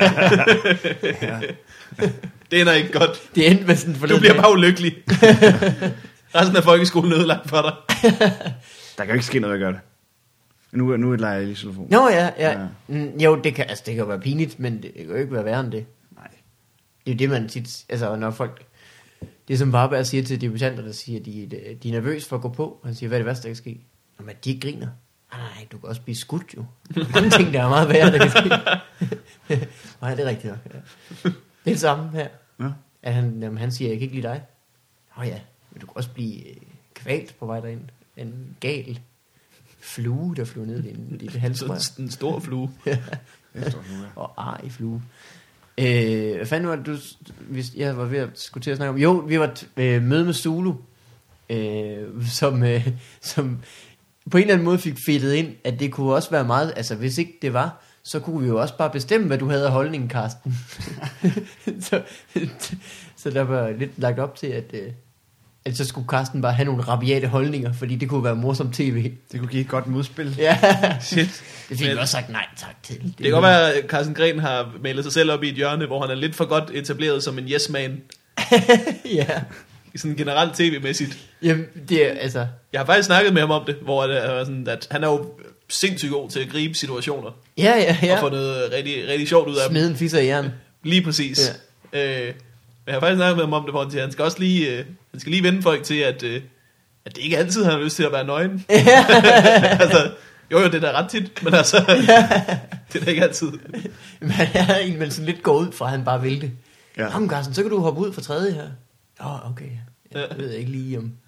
Ja. Det ender ikke godt. Det endte med sådan for Du bliver bare ulykkelig. Resten af folkeskolen er ødelagt for dig. Der kan jo ikke ske noget at gøre det. Nu, nu er det leger i telefon. Nå ja, ja. Ja. Mm, jo, det kan, altså, det kan jo være pinligt, men det kan jo ikke være værre end det. Nej. Det er jo det, man tit, altså når folk, det er som Barberg siger til debutanter, der siger, de, de er nervøse for at gå på, og han siger, hvad er det værste, der kan ske? Jamen, de ikke griner. Nej, nej, du kan også blive skudt jo. Mange ting, der er meget værre, der kan ske. Nej, det er rigtigt nok. Ja. Det er det samme her. Ja. At han, jamen, han siger, jeg kan ikke lide dig. Åh ja, men du kan også blive øh, kvalt på vej derind. En gal flue, der flyver ned i din, dit halsrør. Sådan en stor flue. Det står nu, ja. Og ar i flue. Øh, hvad fanden var det, du, hvis jeg var ved at skulle til at snakke om? Jo, vi var øh, møde med Zulu, øh, som, øh, som på en eller anden måde fik fedtet ind, at det kunne også være meget, altså hvis ikke det var, så kunne vi jo også bare bestemme, hvad du havde af holdningen, Karsten. så, så der var lidt lagt op til, at, øh, at så skulle Karsten bare have nogle rabiate holdninger, fordi det kunne være morsomt tv. Det kunne give et godt modspil. Ja, Shit. det fik vi også sagt nej tak til. Det kan godt være, at Carsten Gren har malet sig selv op i et hjørne, hvor han er lidt for godt etableret som en yes-man. Ja, Sådan generelt tv-mæssigt. jamen det er altså... Jeg har faktisk snakket med ham om det, hvor det er sådan, at han er jo sindssygt god til at gribe situationer. Ja, ja, ja. Og få noget rigtig, rigtig sjovt ud af dem. Smide en fisser i jern. Lige præcis. Ja. Øh, men jeg har faktisk snakket med ham om det, hvor han siger, han skal også lige, øh, han skal lige vende folk til, at, øh, at det ikke altid han har lyst til at være nøgen. altså, jo jo, det er da ret tit, men altså, det er da ikke altid. Men han er en, man sådan lidt går ud fra, at han bare vil det. Ja. Jamen Carsten, så kan du hoppe ud fra tredje her. Åh, oh, okay. Jeg ved ikke lige om...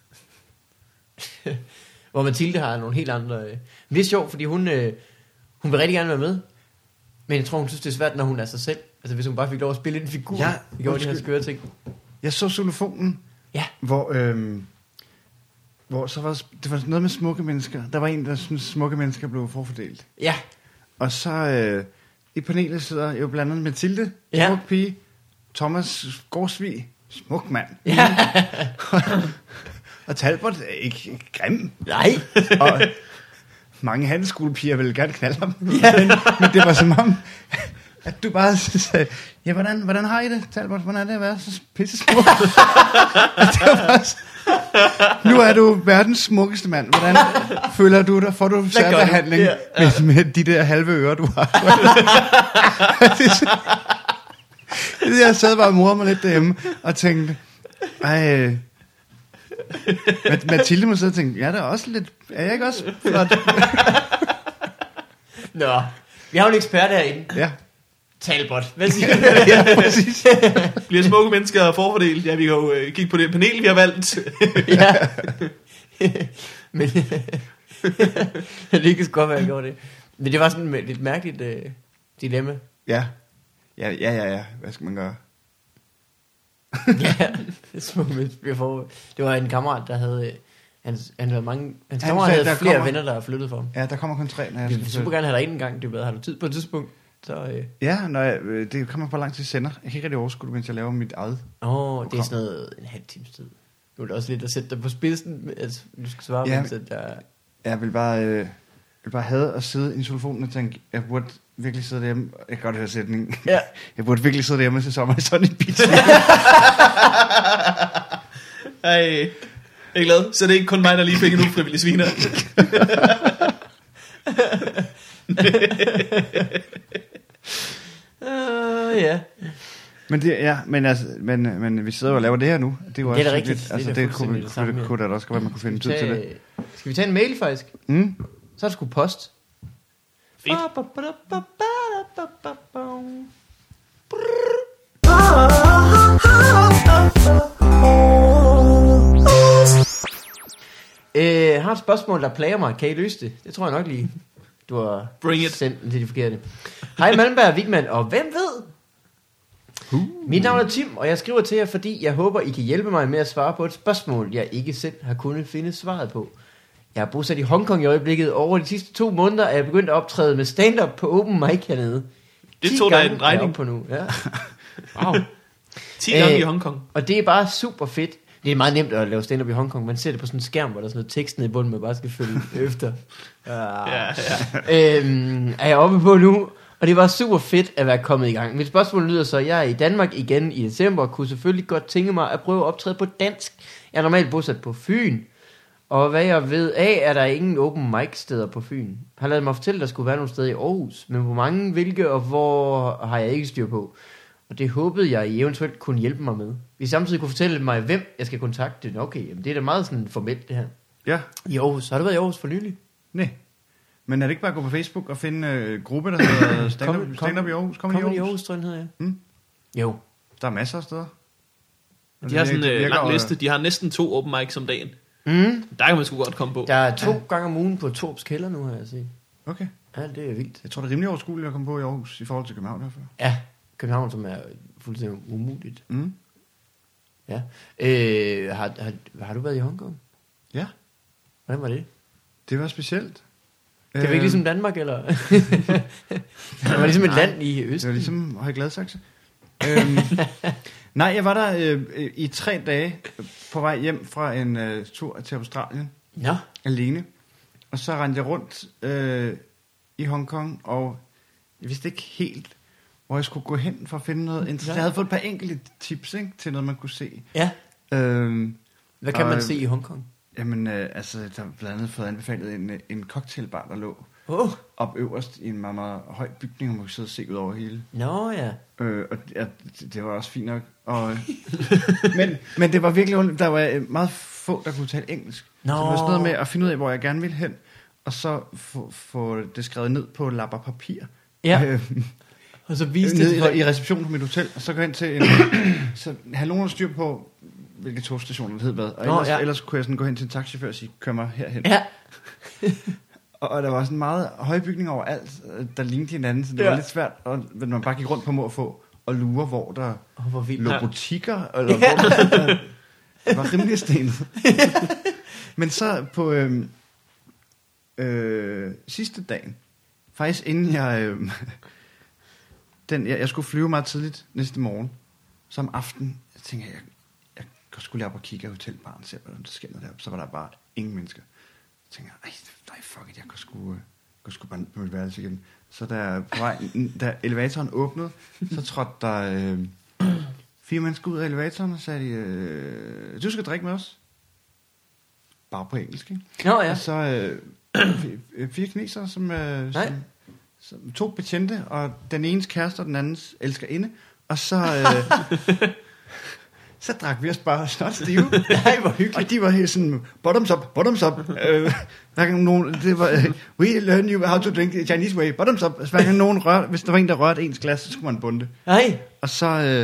Hvor Mathilde har nogle helt andre... Øh... Men det er sjovt, fordi hun, øh... hun vil rigtig gerne være med. Men jeg tror, hun synes, det er svært, når hun er sig selv. Altså, hvis hun bare fik lov at spille en figur. Ja, det gjorde de her skøre ting. Jeg så Xylofonen, ja. hvor, øhm, hvor så var, det var noget med smukke mennesker. Der var en, der syntes, smukke mennesker blev forfordelt. Ja. Og så øh, i panelet sidder jo blandt andet Mathilde, ja. smuk pige, Thomas Gårdsvig, smuk mand. Ja. Og Talbot er ikke grim. Nej. Og mange handelsskolepiger ville gerne knalde ham. Ja. Men, men det var som om, at du bare sagde, ja, hvordan, hvordan har I det, Talbot? Hvordan er det at være så pissesmuk? Det var bare så, nu er du verdens smukkeste mand. Hvordan føler du dig? Får du særbehandling ja. med, med de der halve ører, du har? det, jeg sad bare og morede mig lidt derhjemme og tænkte, ej... Mathilde må sidde og tænke, ja, der er også lidt... Er jeg ikke også flot? Nå, vi har jo en ekspert herinde. Ja. Talbot. Hvad siger du? Ja, præcis. Bliver smukke mennesker forfordelt? Ja, vi kan jo øh, kigge på det panel, vi har valgt. Ja. Men det kan sgu godt være, jeg gjorde det. Men det var sådan et lidt mærkeligt øh, dilemma. Ja. Ja, ja, ja, ja. Hvad skal man gøre? Ja, smukke mennesker for. Det var en kammerat, der havde... Hans, han havde mange, hans han kammerat sagde, havde flere kommer, venner, der har flyttet for ham. Ja, der kommer kun tre. Når jeg vi vil super gerne have dig en gang. Det er har du tid på et tidspunkt. Så, øh. Ja, når jeg, det kommer på lang tid sender. Jeg kan ikke rigtig overskue det, mens jeg laver mit eget. Åh, oh, det er sådan noget en halv times tid. Nu er det også lidt at sætte dig på spidsen. Altså, du skal svare, ja, mens at jeg... Jeg vil bare, øh, jeg vil bare have at sidde i telefonen og tænke, jeg burde virkelig sidde derhjemme. Jeg kan godt høre sætningen. Ja. Jeg burde virkelig sidde derhjemme til sommer i sådan en bil. Ej, jeg er glad. Så det er ikke kun mig, der lige fik en ufrivillig sviner. uh, ja. Men det, ja, men altså, men, men vi sidder og laver det her nu. Det er jo det er også rigtigt. Lidt, altså, det, det kunne, det kunne, kunne da også godt være, man kunne finde tid til det. Skal vi tage en mail faktisk? Mm. Så er det sgu post. Fedt. Jeg har et spørgsmål, der plager mig. Kan I løse det? Det tror jeg nok lige. Du har Bring it. sendt den til de forkerte. Hej Malmberg og Vigman, og hvem ved? Uh. Mit navn er Tim, og jeg skriver til jer, fordi jeg håber, I kan hjælpe mig med at svare på et spørgsmål, jeg ikke selv har kunnet finde svaret på. Jeg er bosat i Hongkong i øjeblikket, og over de sidste to måneder er jeg begyndt at optræde med stand-up på open mic hernede. Det tog der en regning på nu. Ja. Wow. ti gange i Hongkong. Og det er bare super fedt. Det er meget nemt at lave stand-up i Hongkong. Man ser det på sådan en skærm, hvor der er sådan noget tekst nede i bunden, man bare skal følge efter. Ja, ja. Øhm, er jeg oppe på nu? Og det var super fedt at være kommet i gang. Mit spørgsmål lyder så, jeg er i Danmark igen i december, og kunne selvfølgelig godt tænke mig at prøve at optræde på dansk. Jeg er normalt bosat på Fyn. Og hvad jeg ved af, er der ingen open mic steder på Fyn. Jeg har ladet mig fortælle, at der skulle være nogle steder i Aarhus. Men hvor mange, hvilke og hvor har jeg ikke styr på. Og det håbede jeg, I eventuelt kunne hjælpe mig med. Vi samtidig kunne fortælle mig, hvem jeg skal kontakte. Okay, jamen det er da meget sådan formelt det her. Ja. I Aarhus. Har du været i Aarhus for nylig? Nej. Men er det ikke bare at gå på Facebook og finde en uh, gruppe, der hedder stand-up, stand-up i Aarhus? Kom i Aarhus, Aarhus tror jeg, den hedder, ja. Mm. Jo. Der er masser af steder. De har sådan en uh, lang liste. De har næsten to open mics om dagen. Mm. Der kan man sgu godt komme på. Der er to ja. gange om ugen på Torps Kælder nu, har jeg set. Okay. Ja, det er vildt. Jeg tror, det er rimelig overskueligt at komme på i Aarhus i forhold til København herfra. Ja, København, som er fuldstændig umuligt. Mm. Ja. Øh, har, har, har du været i Hongkong? Ja. Hvordan var det? Det var specielt. Det var ikke ligesom Danmark, eller? Det var ligesom et nej, land i Østen. Det var ligesom Høje Gladsaxe. øhm, nej, jeg var der øh, i tre dage på vej hjem fra en øh, tur til Australien. Ja. Alene. Og så rendte jeg rundt øh, i Hongkong, og jeg vidste ikke helt, hvor jeg skulle gå hen for at finde noget interessant. Jeg havde fået et par enkelte tips, ikke, til noget, man kunne se. Ja. Øhm, Hvad kan og, man se i Hongkong? Jamen, øh, altså, der var blandt andet fået anbefalet en, en cocktailbar, der lå oh. op øverst i en meget, meget høj bygning, og man kunne sidde og se ud over hele. Nå ja. Øh, og ja, det, det var også fint nok. Og, men, men det var virkelig ondt. Der var meget få, der kunne tale engelsk. Nå. Så det var sådan noget med at finde ud af, hvor jeg gerne ville hen, og så få, få det skrevet ned på lapper papir. Ja. Øh, Og så viste nede det til folk. i, i receptionen på mit hotel, og så går jeg ind til en... så have nogen styr på, hvilke togstationer det hed hvad. Og Nå, ellers, ja. ellers kunne jeg sådan gå hen til en taxichauffør og sige, kør mig herhen. Ja. Og, og der var sådan meget høje bygninger overalt, der lignede hinanden, så det Ja. var lidt svært, og man bare gik rundt på må at få og lure, hvor der Åh, hvor vildt. lå Ja. butikker, eller hvor der, det var rimelig stenet. Men så på øh, øh, sidste dagen, faktisk inden jeg, øh, den, jeg, jeg skulle flyve meget tidligt næste morgen, så om aftenen, jeg tænkte, jeg, jeg går sgu lige op og kigge af hotelbaren, se hvad der sker noget deroppe, så var der bare ingen mennesker. Jeg tænkte, ej, nej, fuck it, jeg går sgu, øh, går sgu bare ned på mit værelse igen. Så der på vej, da elevatoren åbnede, så trådte der øh, fire mennesker ud af elevatoren, og sagde de, øh, du skal drikke med os. Bare på engelsk, ikke? Nå ja. Og så øh, f- fire kinesere, som, øh, som, som to betjente, og den enes kæreste og den andens elskerinde. Og så, øh, så drak vi os bare snart stive. Nej, hvor hyggeligt. Og de var helt sådan, bottoms up, bottoms up. øh, hver gang nogen, det var, øh, we learn you how to drink the Chinese way, bottoms up. Altså, hver gang nogen rørte, hvis der var en, der rørte ens glas, så skulle man bunde. Nej. Og så, øh,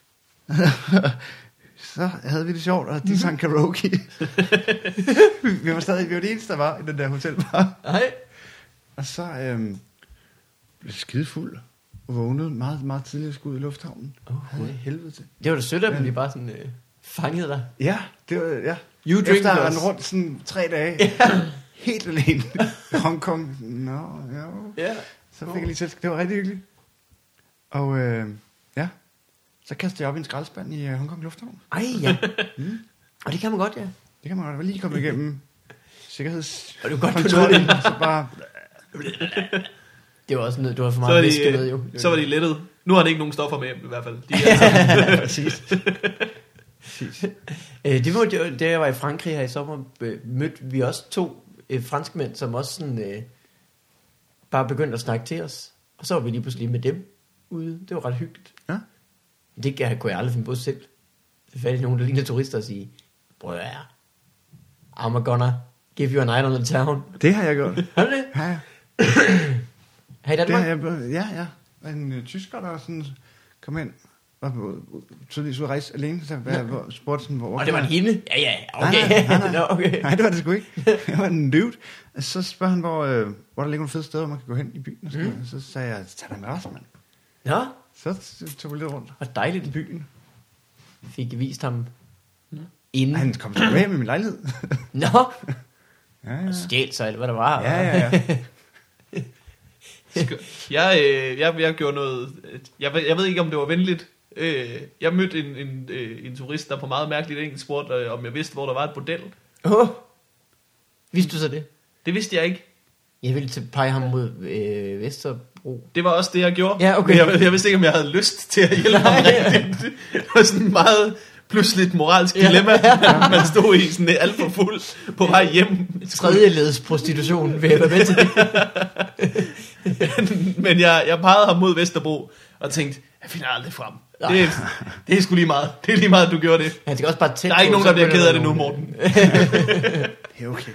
så havde vi det sjovt, og de sang karaoke. vi var stadig, vi var det eneste, der var i den der hotelbar. Nej. Og så øh, blev jeg skide fuld og vågnede meget, meget tidligt og skulle ud i lufthavnen. Åh, Havde jeg helvede til. Det var da sødt af dem, Ja. de bare sådan øh, fangede dig. Ja, det var, ja. You drink Efter at have us. rendt rundt sådan tre dage, helt alene i Hongkong. Nå, ja. Ja. Så fik jeg lige selskab. Det var rigtig hyggeligt. Og øh, ja, så kastede jeg op i en skraldespand i uh, Hongkong Lufthavn. Ej, ja. Mm. Og det kan man godt, ja. Det kan man godt. Jeg var lige kommet igennem sikkerheds... Og du godt kontrollen, kunne så bare... Det var også noget, du var for Så var meget de, væske med, jo. så var de lettet. Nu har de ikke nogen stoffer med hjem, i hvert fald. De er, Præcis. Præcis. Øh, det var det, da jeg var i Frankrig her i sommer, øh, mødte vi også to øh, franskmænd, som også sådan, øh, bare begyndte at snakke til os. Og så var vi lige pludselig med dem ude. Det var ret hyggeligt. Ja. Det kan, kunne jeg aldrig finde på selv. Det er faktisk nogen, der ligner turister og sige, bror ja, I'm gonna give you a night on the town. Det har jeg gjort. Har du det? Ja, ja. Her i Det Danmark? har jeg, ja, ja. Og en uh, tysker, der sådan kom ind, var på tydeligvis ude at rejse alene, så jeg hvor, spurgte sådan, hvor... Og det var en hende? Ja, ja, okay. Nej, nej, nej, nej. Nå, okay. Nej, det var det sgu ikke. Jeg var en dude. Så spørger han, hvor, øh, hvor der ligger nogle fede steder, hvor man kan gå hen i byen. Og så, mm. så sagde jeg, tag dig med os, mand. Nå, Så tog vi lidt rundt hvor dejligt. i byen. Fik vist ham inden. Han kom tilbage med min lejlighed. Nå, Ja, ja. og stjæl sig, eller hvad der var. Ja, ja, ja. jeg, øh, jeg, jeg gjorde noget... Jeg, ved- jeg ved ikke, om det var venligt. Øh, jeg mødte en, en, øh, en turist, der på meget mærkeligt engelsk spurgte, øh, om jeg vidste, hvor der var et bordel. Åh, vidste du så det? Det vidste jeg ikke. Jeg ville til pege ham mod øh, Vesterbro. Det var også det, jeg gjorde. Ja, okay. Men jeg, jeg vidste ikke, om jeg havde lyst til at hjælpe ham rigtigt. Det var sådan meget pludseligt moralsk dilemma, ja. Man stod i sådan alt for fuld på vej hjem. Tredje leds prostitution, vil jeg være med til det? Men jeg, jeg pegede ham mod Vesterbro og tænkte, jeg finder aldrig frem. Det, er- det er sgu lige meget. Det er lige meget, du gjorde det. Han skal også bare tæt Der er ikke på, nogen, så der bliver begynder ked af det der nu, nogen- Morten. Det er okay.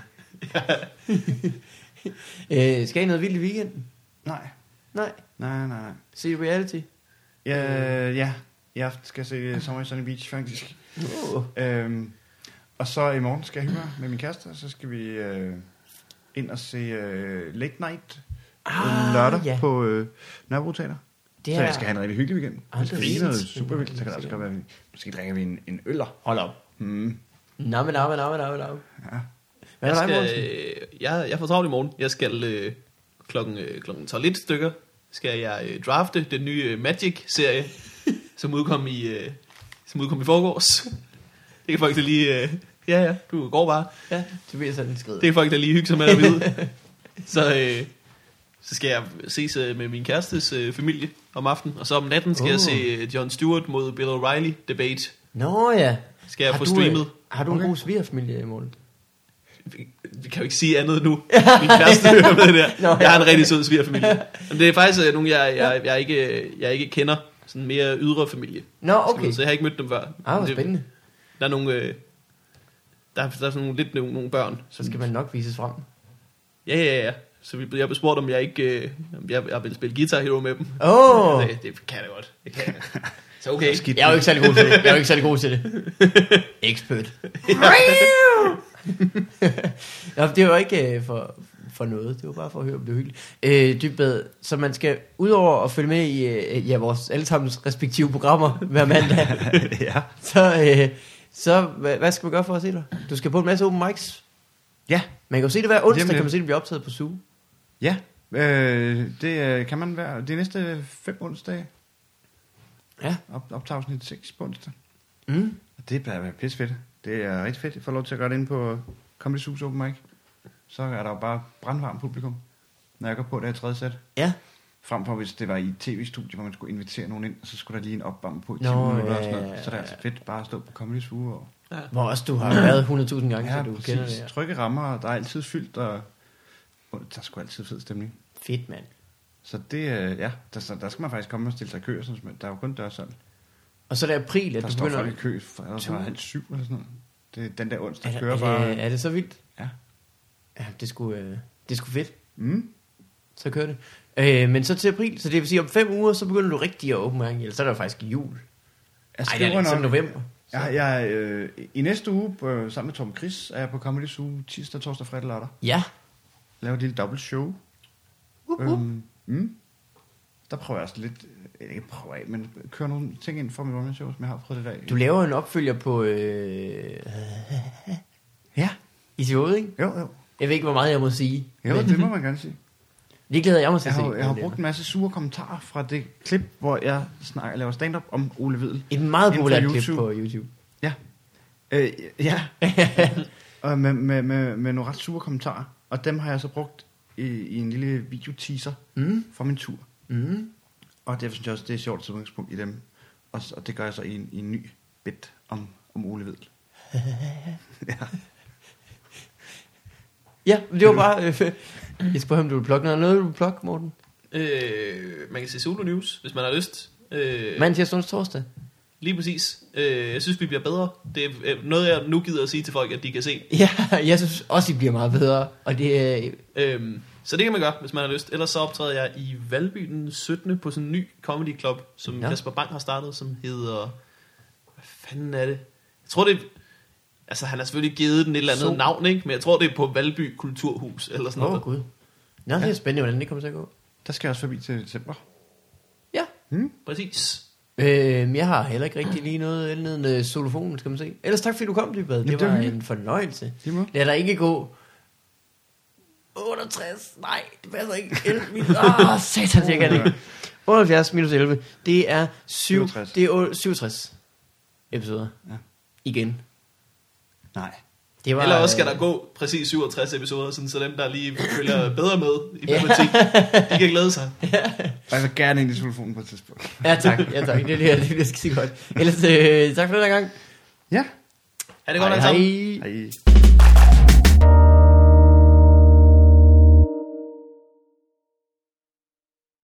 øh, skal I noget vildt i weekenden? Nej, Nej. nej, nej, nej. Se reality? Ja, ja. I aften skal jeg se Sommer i Sunny Beach, faktisk. Oh. Øhm, og så i morgen skal jeg hygge mig med min kæreste, og så skal vi øh, ind og se øh, Late Night Ah, lørdag ja. på øh, Nørrebro Teater. Det Så er... jeg skal have en rigtig hyggelig weekend. Ah, Hvis det er vi ikke noget vildt. super vildt, så kan det også godt være, at vi måske drikker vi en, en øller. Hold op. Mm. Nå, men, nå, men, nå, men, nå, men, nå. Ja. Hvad er Jeg, der, skal, Morten? øh, jeg, jeg får travlt i morgen. Jeg skal øh, klokken, øh, klokken tolv stykker skal jeg øh, drafte den nye øh, Magic-serie, som udkom i øh, som udkom i forgårs. Det kan folk da lige... Øh, ja, ja, du går bare. Ja, det bliver sådan en skridt. Det kan folk da lige hygge sig med at vide. Så, øh, så skal jeg ses øh, med min kærestes øh, familie om aftenen, og så om natten skal oh. jeg Oh. se øh, Jon Stewart mod Bill O'Reilly debate. Nå ja. Skal jeg Har få du, streamet. øh, Har du en Okay. god svigerfamilie i morgen? Vi, vi kan jo ikke sige andet nu. Min kæreste hører med det der. Nå, ja. Jeg har en rigtig sød svigerfamilie. Men det er faktisk øh, nogle, jeg, jeg, jeg, ikke, jeg ikke kender. Sådan mere ydre familie. Nå, okay. Så jeg har ikke mødt dem før. Ah, hvor Det- spændende. Der er nogle... Øh, der, er, der er sådan nogle, lidt nogle, nogle børn. Så skal man nok vises frem. Ja, ja, ja. Så vi, jeg blev spurgt, om jeg ikke øh, om jeg, jeg ville spille Guitar Hero med dem. Åh! Oh. Det, det kan jeg da godt. Det kan jeg. Så okay. Jeg er jo ikke særlig god til det. Jeg er jo ikke særlig god til det. Expert. Nå, det var ikke øh, for, for noget. Det var bare for at høre, om det var hyggeligt. Øh, Dybvad, så man skal, udover at følge med i øh, ja, vores allesammens respektive programmer hver mandag, Ja. så, øh, så hvad, hvad skal man gøre for at se dig? Du skal på en masse open mics. Ja. Man kan jo se det hver onsdag, Jamen, kan man se det blive optaget på Zoom. Ja. Øh, det øh, kan man være. Det er næste fem onsdage. Ja. Op, optagelsesnit seks på onsdag. Mm. Og det bliver pisse fedt. Det er rigtig fedt. Jeg får lov til at gøre det inde på Comedy Zoo's Open Mic. Så er der jo bare brandvarmt publikum, når jeg går på det her tredje sæt. Ja. Frem for hvis det var i et tv-studie, hvor man skulle invitere nogen ind, og så skulle der lige en opvarmning på i ti Nå, minutter ja, og sådan noget. ja, Så det er ja. altså fedt bare at stå på Comedy Zoo og Ja. Hvor også du har været hundrede tusind gange, ja, så du præcis. kender det her. Trygge rammer, og der er altid fyldt, og og der er sgu altid fed stemning. Fedt, mand. Så det, øh, ja, der, der skal man faktisk komme og stille sig i kø, og sådan, der er jo kun dørsalg. Og så er det april, at Der du står begynder... folk i kø fra, fra halv syv eller sådan noget. Det, den der onsdag Er, kører er, bare. det, er det så vildt? Ja. Ja, det skulle, øh, det skulle fedt. Mm. Så kører det. Øh, men så til april, så det vil sige, om fem uger, så begynder du rigtig at åbne mærke, eller så er der jo faktisk jul. Jeg Ej, det er skriver ligesom nok- november. Jeg, jeg, øh, I næste uge, øh, sammen med Torben Chris, er jeg på Comedy Zoo tirsdag, torsdag, fredag, lørdag. Ja. Laver et lille dobbelt show. Uh, uh. Øhm, mm. Der prøver jeg også lidt, øh, ikke prøver af, men kører nogle ting ind for mit one show, som jeg har prøvet det dag. Du laver en opfølger på øh, Ja, i showet, ikke? jo, jo. Jeg ved ikke, hvor meget jeg må sige. Jo, men det må man gerne sige. det glæder jeg mig til Jeg at se. har, jeg har brugt en masse sure kommentarer fra det klip, hvor jeg snakker, laver stand-up om Ole Vedel. Et meget Inden for populært klip YouTube. på YouTube. Ja. Øh, ja. Og med, med, med, med nogle ret sure kommentarer. Og dem har jeg så brugt i, i en lille videoteaser Mm. fra min tur. Mm. Og derfor synes jeg også, det er sjovt at udgangspunkt i dem. Og, og det gør jeg så i en, i en ny bit om, om Ole Vedel. Ja. Ja, men det var bare... Øh, jeg spørger, om du vil plukke noget. Noget, du vil plukke, Morten? Øh, man kan se Solo News, hvis man har lyst. Øh, Mandag, tirsdag, onsdag, torsdag. Lige præcis. Øh, jeg synes, vi bliver bedre. Det er øh, noget, jeg nu gider at sige til folk, at de kan se. Ja, jeg synes også, I bliver meget bedre. Og det er... Øhm, så det kan man gøre, hvis man har lyst. Ellers så optræder jeg i Valby den syttende på sådan en ny comedy club, som Ja. Kasper Bang har startet, som hedder... Hvad fanden er det? Jeg tror, det er... Altså, han har selvfølgelig givet den et eller andet Så- navn, ikke? Men jeg tror, det er på Valby Kulturhus, eller sådan Åh, noget. oh, gud. Nå, det er spændende, hvordan det kommer til at gå. Der skal jeg også forbi til december. Ja. Hmm? Præcis. Øh, jeg har heller ikke rigtig lige noget elnedende solofon, skal man se. Ellers tak, fordi du kom, Dybvad. Det Jamen, det var var hyggeligt. en fornøjelse. Lige måde. Lad der ikke gå otteogtres. Nej, det passer ikke. elleve minus. Åh, satan, jeg kan det ikke. otteoghalvfjerds minus elleve. Det er syv, syvogtres. det er o- syvogtres episoder. Ja. Igen. Nej. Det var, Eller også skal øh, der gå præcis syvogtres episoder, sådan, så dem, der lige følger bedre med i matematik, de kan glæde sig. Og jeg vil gerne ind i telefonen på et tidspunkt. Ja, tak. Ja, tak. Det bliver, det bliver skide godt. Ellers, øh, tak for den her gang. Ja. Er det godt, alt sammen? hej. Hej.